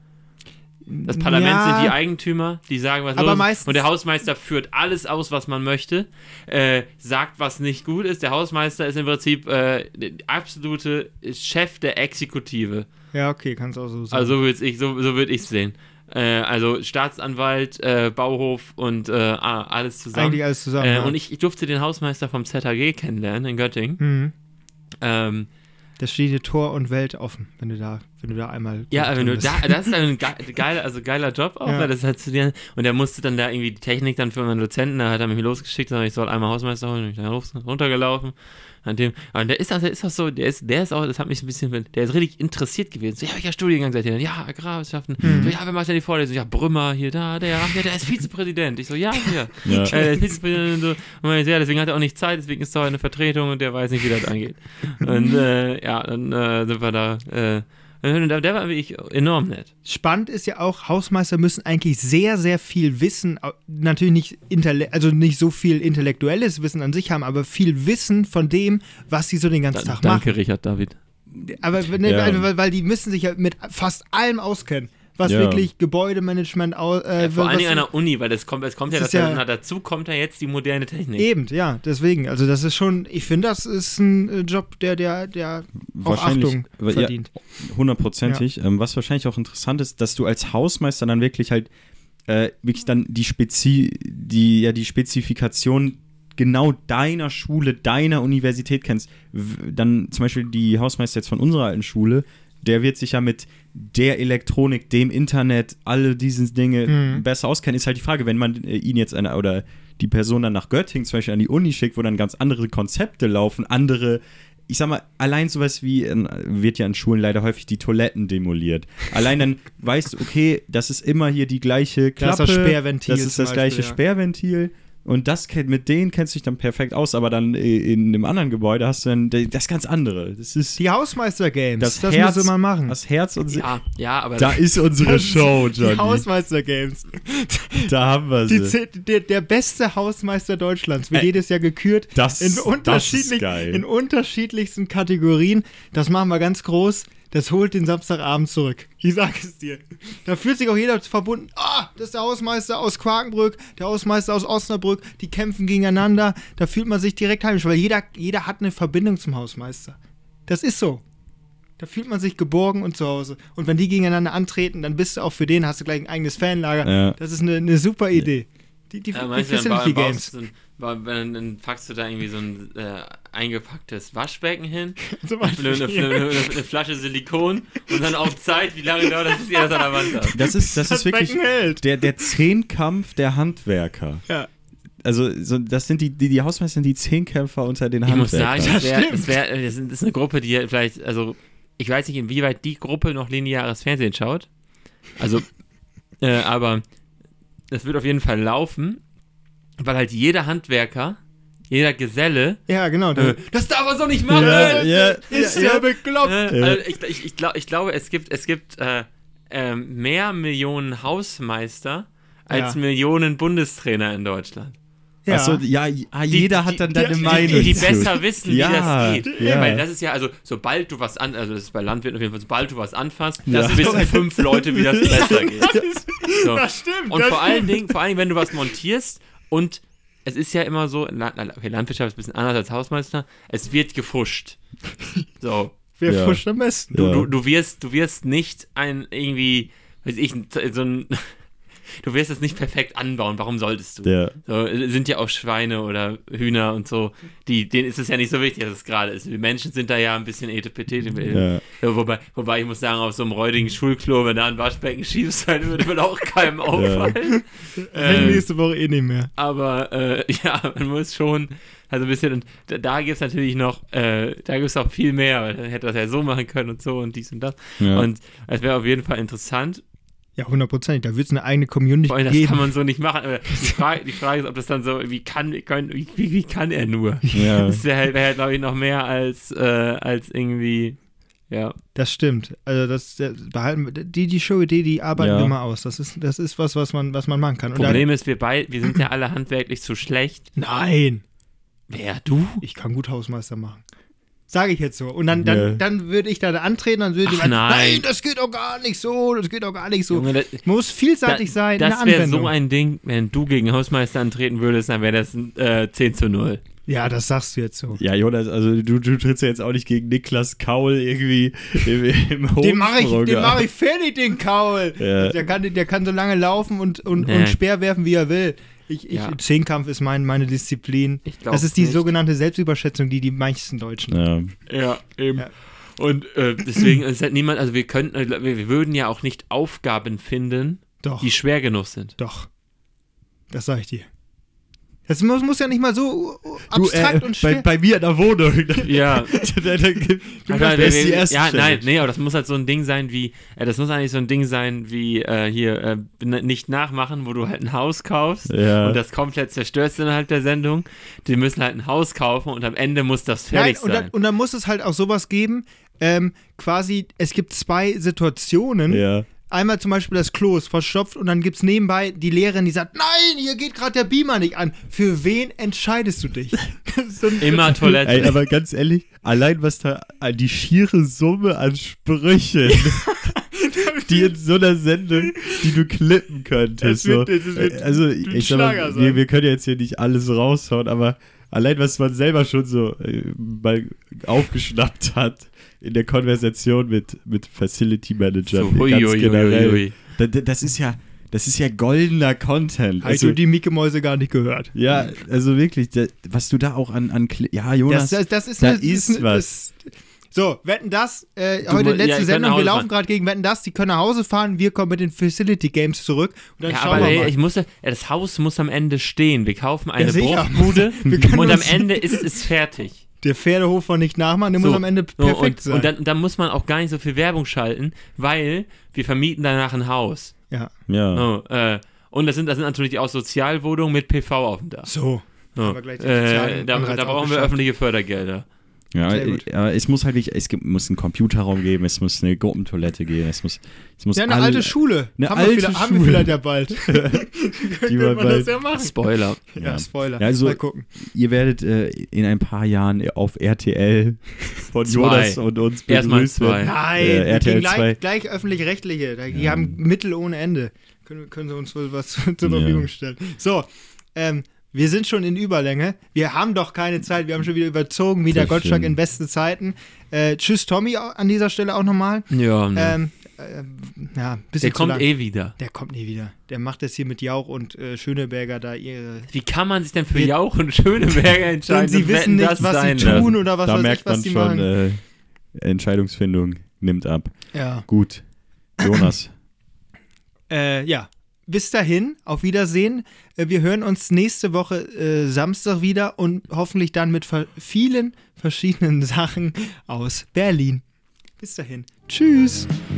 Das Parlament Ja, sind die Eigentümer, die sagen, was Aber los ist. meistens- Und der Hausmeister führt alles aus, was man möchte, äh, sagt, was nicht gut ist. Der Hausmeister ist im Prinzip äh, der absolute Chef der Exekutive. Ja, okay, kannst auch so sagen. Also so würde ich so, so würd ich sehen. Äh, also Staatsanwalt, äh, Bauhof und äh, ah, alles zusammen. Eigentlich alles zusammen. Äh, ja. und ich, ich durfte den Hausmeister vom Z H G kennenlernen in Göttingen. Mhm. Ähm, Da steht dir Tor und Welt offen, wenn du da, wenn du da einmal. Ja, wenn du bist. da, das ist ein ge geiler, also geiler Job auch, Ja. weil das halt zu dir, und er musste dann da irgendwie die Technik dann für meinen Dozenten, da hat er mich losgeschickt, und ich soll einmal Hausmeister holen, und ich bin dann runtergelaufen, an dem, aber der ist auch, der ist auch so, der ist, der ist auch, das hat mich ein bisschen, der ist richtig interessiert gewesen, so, ja, welcher Studiengang seid ihr denn? Ja, Agrarwissenschaften, Mhm. so, ja, wer macht denn die Vorlesung? Ja, Brümmer, hier, da, der, ach, ja, der ist Vizepräsident, ich so, ja, hier, Ja. äh, der ist Vizepräsident und so, und man, ja, deswegen hat er auch nicht Zeit, deswegen ist da eine Vertretung und der weiß nicht, wie das angeht. Und, äh, ja, dann äh, sind wir da, äh, der, der war wirklich enorm nett. Spannend ist ja auch, Hausmeister müssen eigentlich sehr, sehr viel Wissen, au- natürlich nicht, intelle also nicht so viel intellektuelles Wissen an sich haben, aber viel Wissen von dem, was sie so den ganzen Da, Tag danke, machen. Richard David. Aber ne, Ja. weil, weil die müssen sich ja mit fast allem auskennen, was Ja. wirklich Gebäudemanagement au- äh, Vor allen was- Dingen an der Uni, weil das kommt, es kommt ja, Das das ist ja- na, dazu kommt ja jetzt die moderne Technik. Eben, ja, deswegen. Also das ist schon, ich finde, das ist ein äh, Job, der, der, der auch Wahrscheinlich, Achtung weil- ja, verdient. Hundertprozentig. Ähm, was wahrscheinlich auch interessant ist, dass du als Hausmeister dann wirklich halt äh, wirklich dann die Spezi die, ja, die Spezifikation genau deiner Schule, deiner Universität kennst. W dann zum Beispiel die Hausmeister jetzt von unserer alten Schule, der wird sich ja mit der Elektronik, dem Internet, alle diese Dinge Mhm. besser auskennen. Ist halt die Frage, wenn man äh, ihn jetzt eine, oder die Person dann nach Göttingen zum Beispiel an die Uni schickt, wo dann ganz andere Konzepte laufen, andere ich sag mal, allein sowas wie, in, wird ja in Schulen leider häufig die Toiletten demoliert. Allein dann weißt du, okay, das ist immer hier die gleiche Klappe. Das ist das Sperrventil. Das ist das zum gleiche Beispiel, ja. Sperrventil. Und das kennt, mit denen kennst du dich dann perfekt aus, aber dann in einem anderen Gebäude hast du dann das ganz andere. Das ist Die Hausmeister-Games, das, das Herz, müsste man machen. Das Herz und Ja, ja, aber da ist unsere Show, Johnny. Die Hausmeister-Games. Da haben wir Die, sie. zäh- der, der beste Hausmeister Deutschlands wird Ey, jedes Jahr gekürt. das- in, das unterschiedlich, ist geil. in unterschiedlichsten Kategorien. Das machen wir ganz groß. Das holt den Samstagabend zurück. Ich sage es dir. Da fühlt sich auch jeder verbunden. Ah, das ist der Hausmeister aus Quakenbrück, der Hausmeister aus Osnabrück. Die kämpfen gegeneinander. Da fühlt man sich direkt heimisch, weil jeder, jeder hat eine Verbindung zum Hausmeister. Das ist so. Da fühlt man sich geborgen und zu Hause. Und wenn die gegeneinander antreten, dann bist du auch für den, hast du gleich ein eigenes Fanlager. Ja. Das ist eine, eine super Idee. Die, die, Ja, die meinst du, dann, Facility ba- Games. baust du so ein, ba- dann, dann packst du da irgendwie so ein äh, eingepacktes Waschbecken hin, Zum eine, Beispiel. eine, eine, eine, eine Flasche Silikon und dann auf Zeit, wie lange dauert das, bis ihr das an der Wand habt. Das ist, das Das ist wirklich Becken hält. der, der Zehnkampf der Handwerker. Ja. Also, so, das sind die, die, die Hausmeister sind die Zehnkämpfer unter den Ich muss Handwerkern. sagen, das, wär, stimmt. das, wär, das ist eine Gruppe, die vielleicht, also ich weiß nicht, inwieweit die Gruppe noch lineares Fernsehen schaut. Also, äh, aber das wird auf jeden Fall laufen, weil halt jeder Handwerker, jeder Geselle, Ja, genau. äh, das darf er so nicht machen! Ja, ja, ist ja, ja ja. bekloppt. Äh, Ja. also ich, ich, ich, glaub, ich glaube, es gibt, es gibt äh, äh, mehr Millionen Hausmeister als Ja. Millionen Bundestrainer in Deutschland. Ja. Achso, ja, ja, Die- jeder die- hat dann deine die, Meinung. Die, die zu. besser wissen, Ja, wie das geht. ja. Weil das ist ja, also, sobald du was an, also das ist bei Landwirten auf jeden Fall, sobald du was anfasst, Ja. das wissen fünf Leute, wie das besser geht. So. Das stimmt. Und das vor allen stimmt. Dingen, vor allen Dingen, wenn du was montierst und es ist ja immer so, La- La- okay, Landwirtschaft ist ein bisschen anders als Hausmeister, es wird gefuscht. So. Wer Ja. fuscht am besten? Du, Ja. du, du, wirst, du wirst nicht ein irgendwie, weiß ich, ein- so ein, du wirst es nicht perfekt anbauen, warum solltest du? Ja. So, sind ja auch Schweine oder Hühner und so, die, denen ist es ja nicht so wichtig, dass es gerade ist. Wir Menschen sind da ja ein bisschen etepetete. Ja. Ja, wobei, wobei ich muss sagen, auf so einem räudigen Schulklo, wenn da ein Waschbecken schief sein würde, würde auch keinem auffallen. Wenn Ähm, nächste Woche eh nicht mehr. aber äh, ja, man muss schon, also ein bisschen, und da, da gibt es natürlich noch, äh, da gibt es auch viel mehr, weil dann hätte das ja so machen können und so und dies und das. Ja. Und es wäre auf jeden Fall interessant. Ja, hundertprozentig. Da wird es eine eigene Community Vor allem, das geben. kann man so nicht machen. Aber die Frage, die Frage ist, ob das dann so, wie kann, können, wie, wie, wie kann er nur? Ja. Das wäre halt, wär halt glaube ich, noch mehr als, äh, als irgendwie, ja. Das stimmt. Also das, das behalten wir- die, die Show-Idee, die arbeiten Ja. wir mal aus. Das ist, das ist was, was man, was man machen kann. Und Problem ist, wir beide, wir sind ja alle handwerklich zu schlecht. dann, nein, Wer, du? ich kann gut Hausmeister machen. Sage ich jetzt so. Und dann, dann, Ja. dann würde ich da antreten, dann würde ich Ach, sagen, nein. nein, das geht doch gar nicht so, das geht doch gar nicht so. Junge, das, Muss vielseitig sein in der das wäre Anwendung. so ein Ding, wenn du gegen Hausmeister antreten würdest, dann wäre das ein äh, zehn zu null. Ja, das sagst du jetzt so. Ja, Jonas, also du, du trittst ja jetzt auch nicht gegen Niklas Kaul irgendwie im, im Den mache ich, Hochsprung den an. mach ich fertig, den Kaul. Ja. Der, kann, der kann so lange laufen und, und, Nee. und Speer werfen, wie er will. Ich, ich, Ja. Zehnkampf ist mein, meine Disziplin. Ich glaub Das ist die nicht. sogenannte Selbstüberschätzung, die die meisten Deutschen. Ja. Ja, eben. Ja. Und äh, deswegen ist halt niemand, also wir könnten, äh, wir, wir würden ja auch nicht Aufgaben finden, Doch, die schwer genug sind. doch. Das sag ich dir. Das muss, muss ja nicht mal so Du, abstrakt äh, und schwer. bei, bei mir in der Wohnung. Ja. da, da, da, Ja, das ist die erste ja, Challenge. nein, nee, aber das muss halt so ein Ding sein wie, äh, das muss eigentlich so ein Ding sein wie äh, hier, äh, n- nicht nachmachen, wo du halt ein Haus kaufst Ja. und das komplett zerstörst innerhalb der Sendung. Die müssen halt ein Haus kaufen und am Ende muss das Nein, fertig und dann, sein. und dann muss es halt auch sowas geben, ähm, quasi, es gibt zwei Situationen. Ja. Einmal zum Beispiel das Klo ist verstopft und dann gibt es nebenbei die Lehrerin, die sagt, nein, hier geht gerade der Beamer nicht an. Für wen entscheidest du dich? Das ist so ein- Immer Toilette. Ey, aber ganz ehrlich, allein was da, die schiere Summe an Sprüchen, die in so einer Sendung, die du klippen könntest. Das wird- so. das wird also, ein ich sag Schlager mal, sein. wir, wir können ja jetzt hier nicht alles raushauen, aber allein was man selber schon so äh, mal aufgeschnappt hat in der Konversation mit, mit Facility Managern, So, hui, ganz hui, generell. hui, hui. Da- da- Das ist ja, das ist ja goldener Content. Hast du die Mieke-Mäuse gar nicht gehört? Ja, also wirklich, da, was du da auch an, an Kli- ja, Jonas, Das, das, das ist da eine, ist eine- was. Das, so, Wetten das, äh, Du heute mu- ja, letzte ich kann Sendung, nach wir Hause laufen fahren. gerade gegen Wetten das, die können nach Hause fahren, wir kommen mit den Facility Games zurück und dann Ja, schauen aber wir ey, mal. ich muss, ja, das Haus muss am Ende stehen. Wir kaufen eine Ja, sicher. Bruchbude Wir können und am uns- Ende ist es fertig. Der Pferdehof von nicht nachmachen, der So, muss am Ende so, perfekt und, sein. Und dann, dann muss man auch gar nicht so viel Werbung schalten, weil wir vermieten danach ein Haus. ja. Ja. So, äh, und das sind, das sind natürlich auch Sozialwohnungen mit P V auf dem Dach. So. So, haben wir gleich den äh, sozialen da, Anreiz da auch brauchen wir geschafft. öffentliche Fördergelder. Ja, Sehr gut. äh, aber es muss halt wirklich, es gibt, muss einen Computerraum geben, es muss eine Gruppentoilette geben, es muss, es muss Ja, eine alle- alte Schule. Eine haben, alte wir vielleicht, haben wir Schule. vielleicht ja bald. Die Könnte wir man das bald- ja machen. Spoiler. Ja, Ja. Spoiler. Ja, also- Mal gucken. Ihr werdet äh, in ein paar Jahren auf R T L von Zwei. Jonas und uns Erstmal begrüßt zwei. werden. Nein, Äh, wir R T L gehen zwei. gleich, gleich öffentlich-rechtliche. Da- Die haben Mittel ohne Ende. Können, können sie uns wohl was zur Ja. Verfügung stellen. So, ähm, wir sind schon in Überlänge. Wir haben doch keine Zeit. Wir haben schon wieder überzogen, wie der Das Gottschalk stimmt. in besten Zeiten. Äh, tschüss, Tommy, an dieser Stelle auch nochmal. Ja, ne. Ähm, äh, ja, bisschen Der zu kommt lang. eh wieder. Der kommt nie wieder. Der macht das hier mit Jauch und äh, Schöneberger da ihre. Wie kann man sich denn für Wir- Jauch und Schöneberger entscheiden? Denn sie und wissen wetten, nicht, das was sie sein tun lassen? oder was da weiß merkt ich, was man sie schon, machen. äh, Entscheidungsfindung nimmt ab. Ja. Gut. Jonas. Äh, ja. Bis dahin, auf Wiedersehen. Äh, Wir hören uns nächste Woche äh, Samstag wieder und hoffentlich dann mit ver- vielen verschiedenen Sachen aus Berlin. Bis dahin. Tschüss.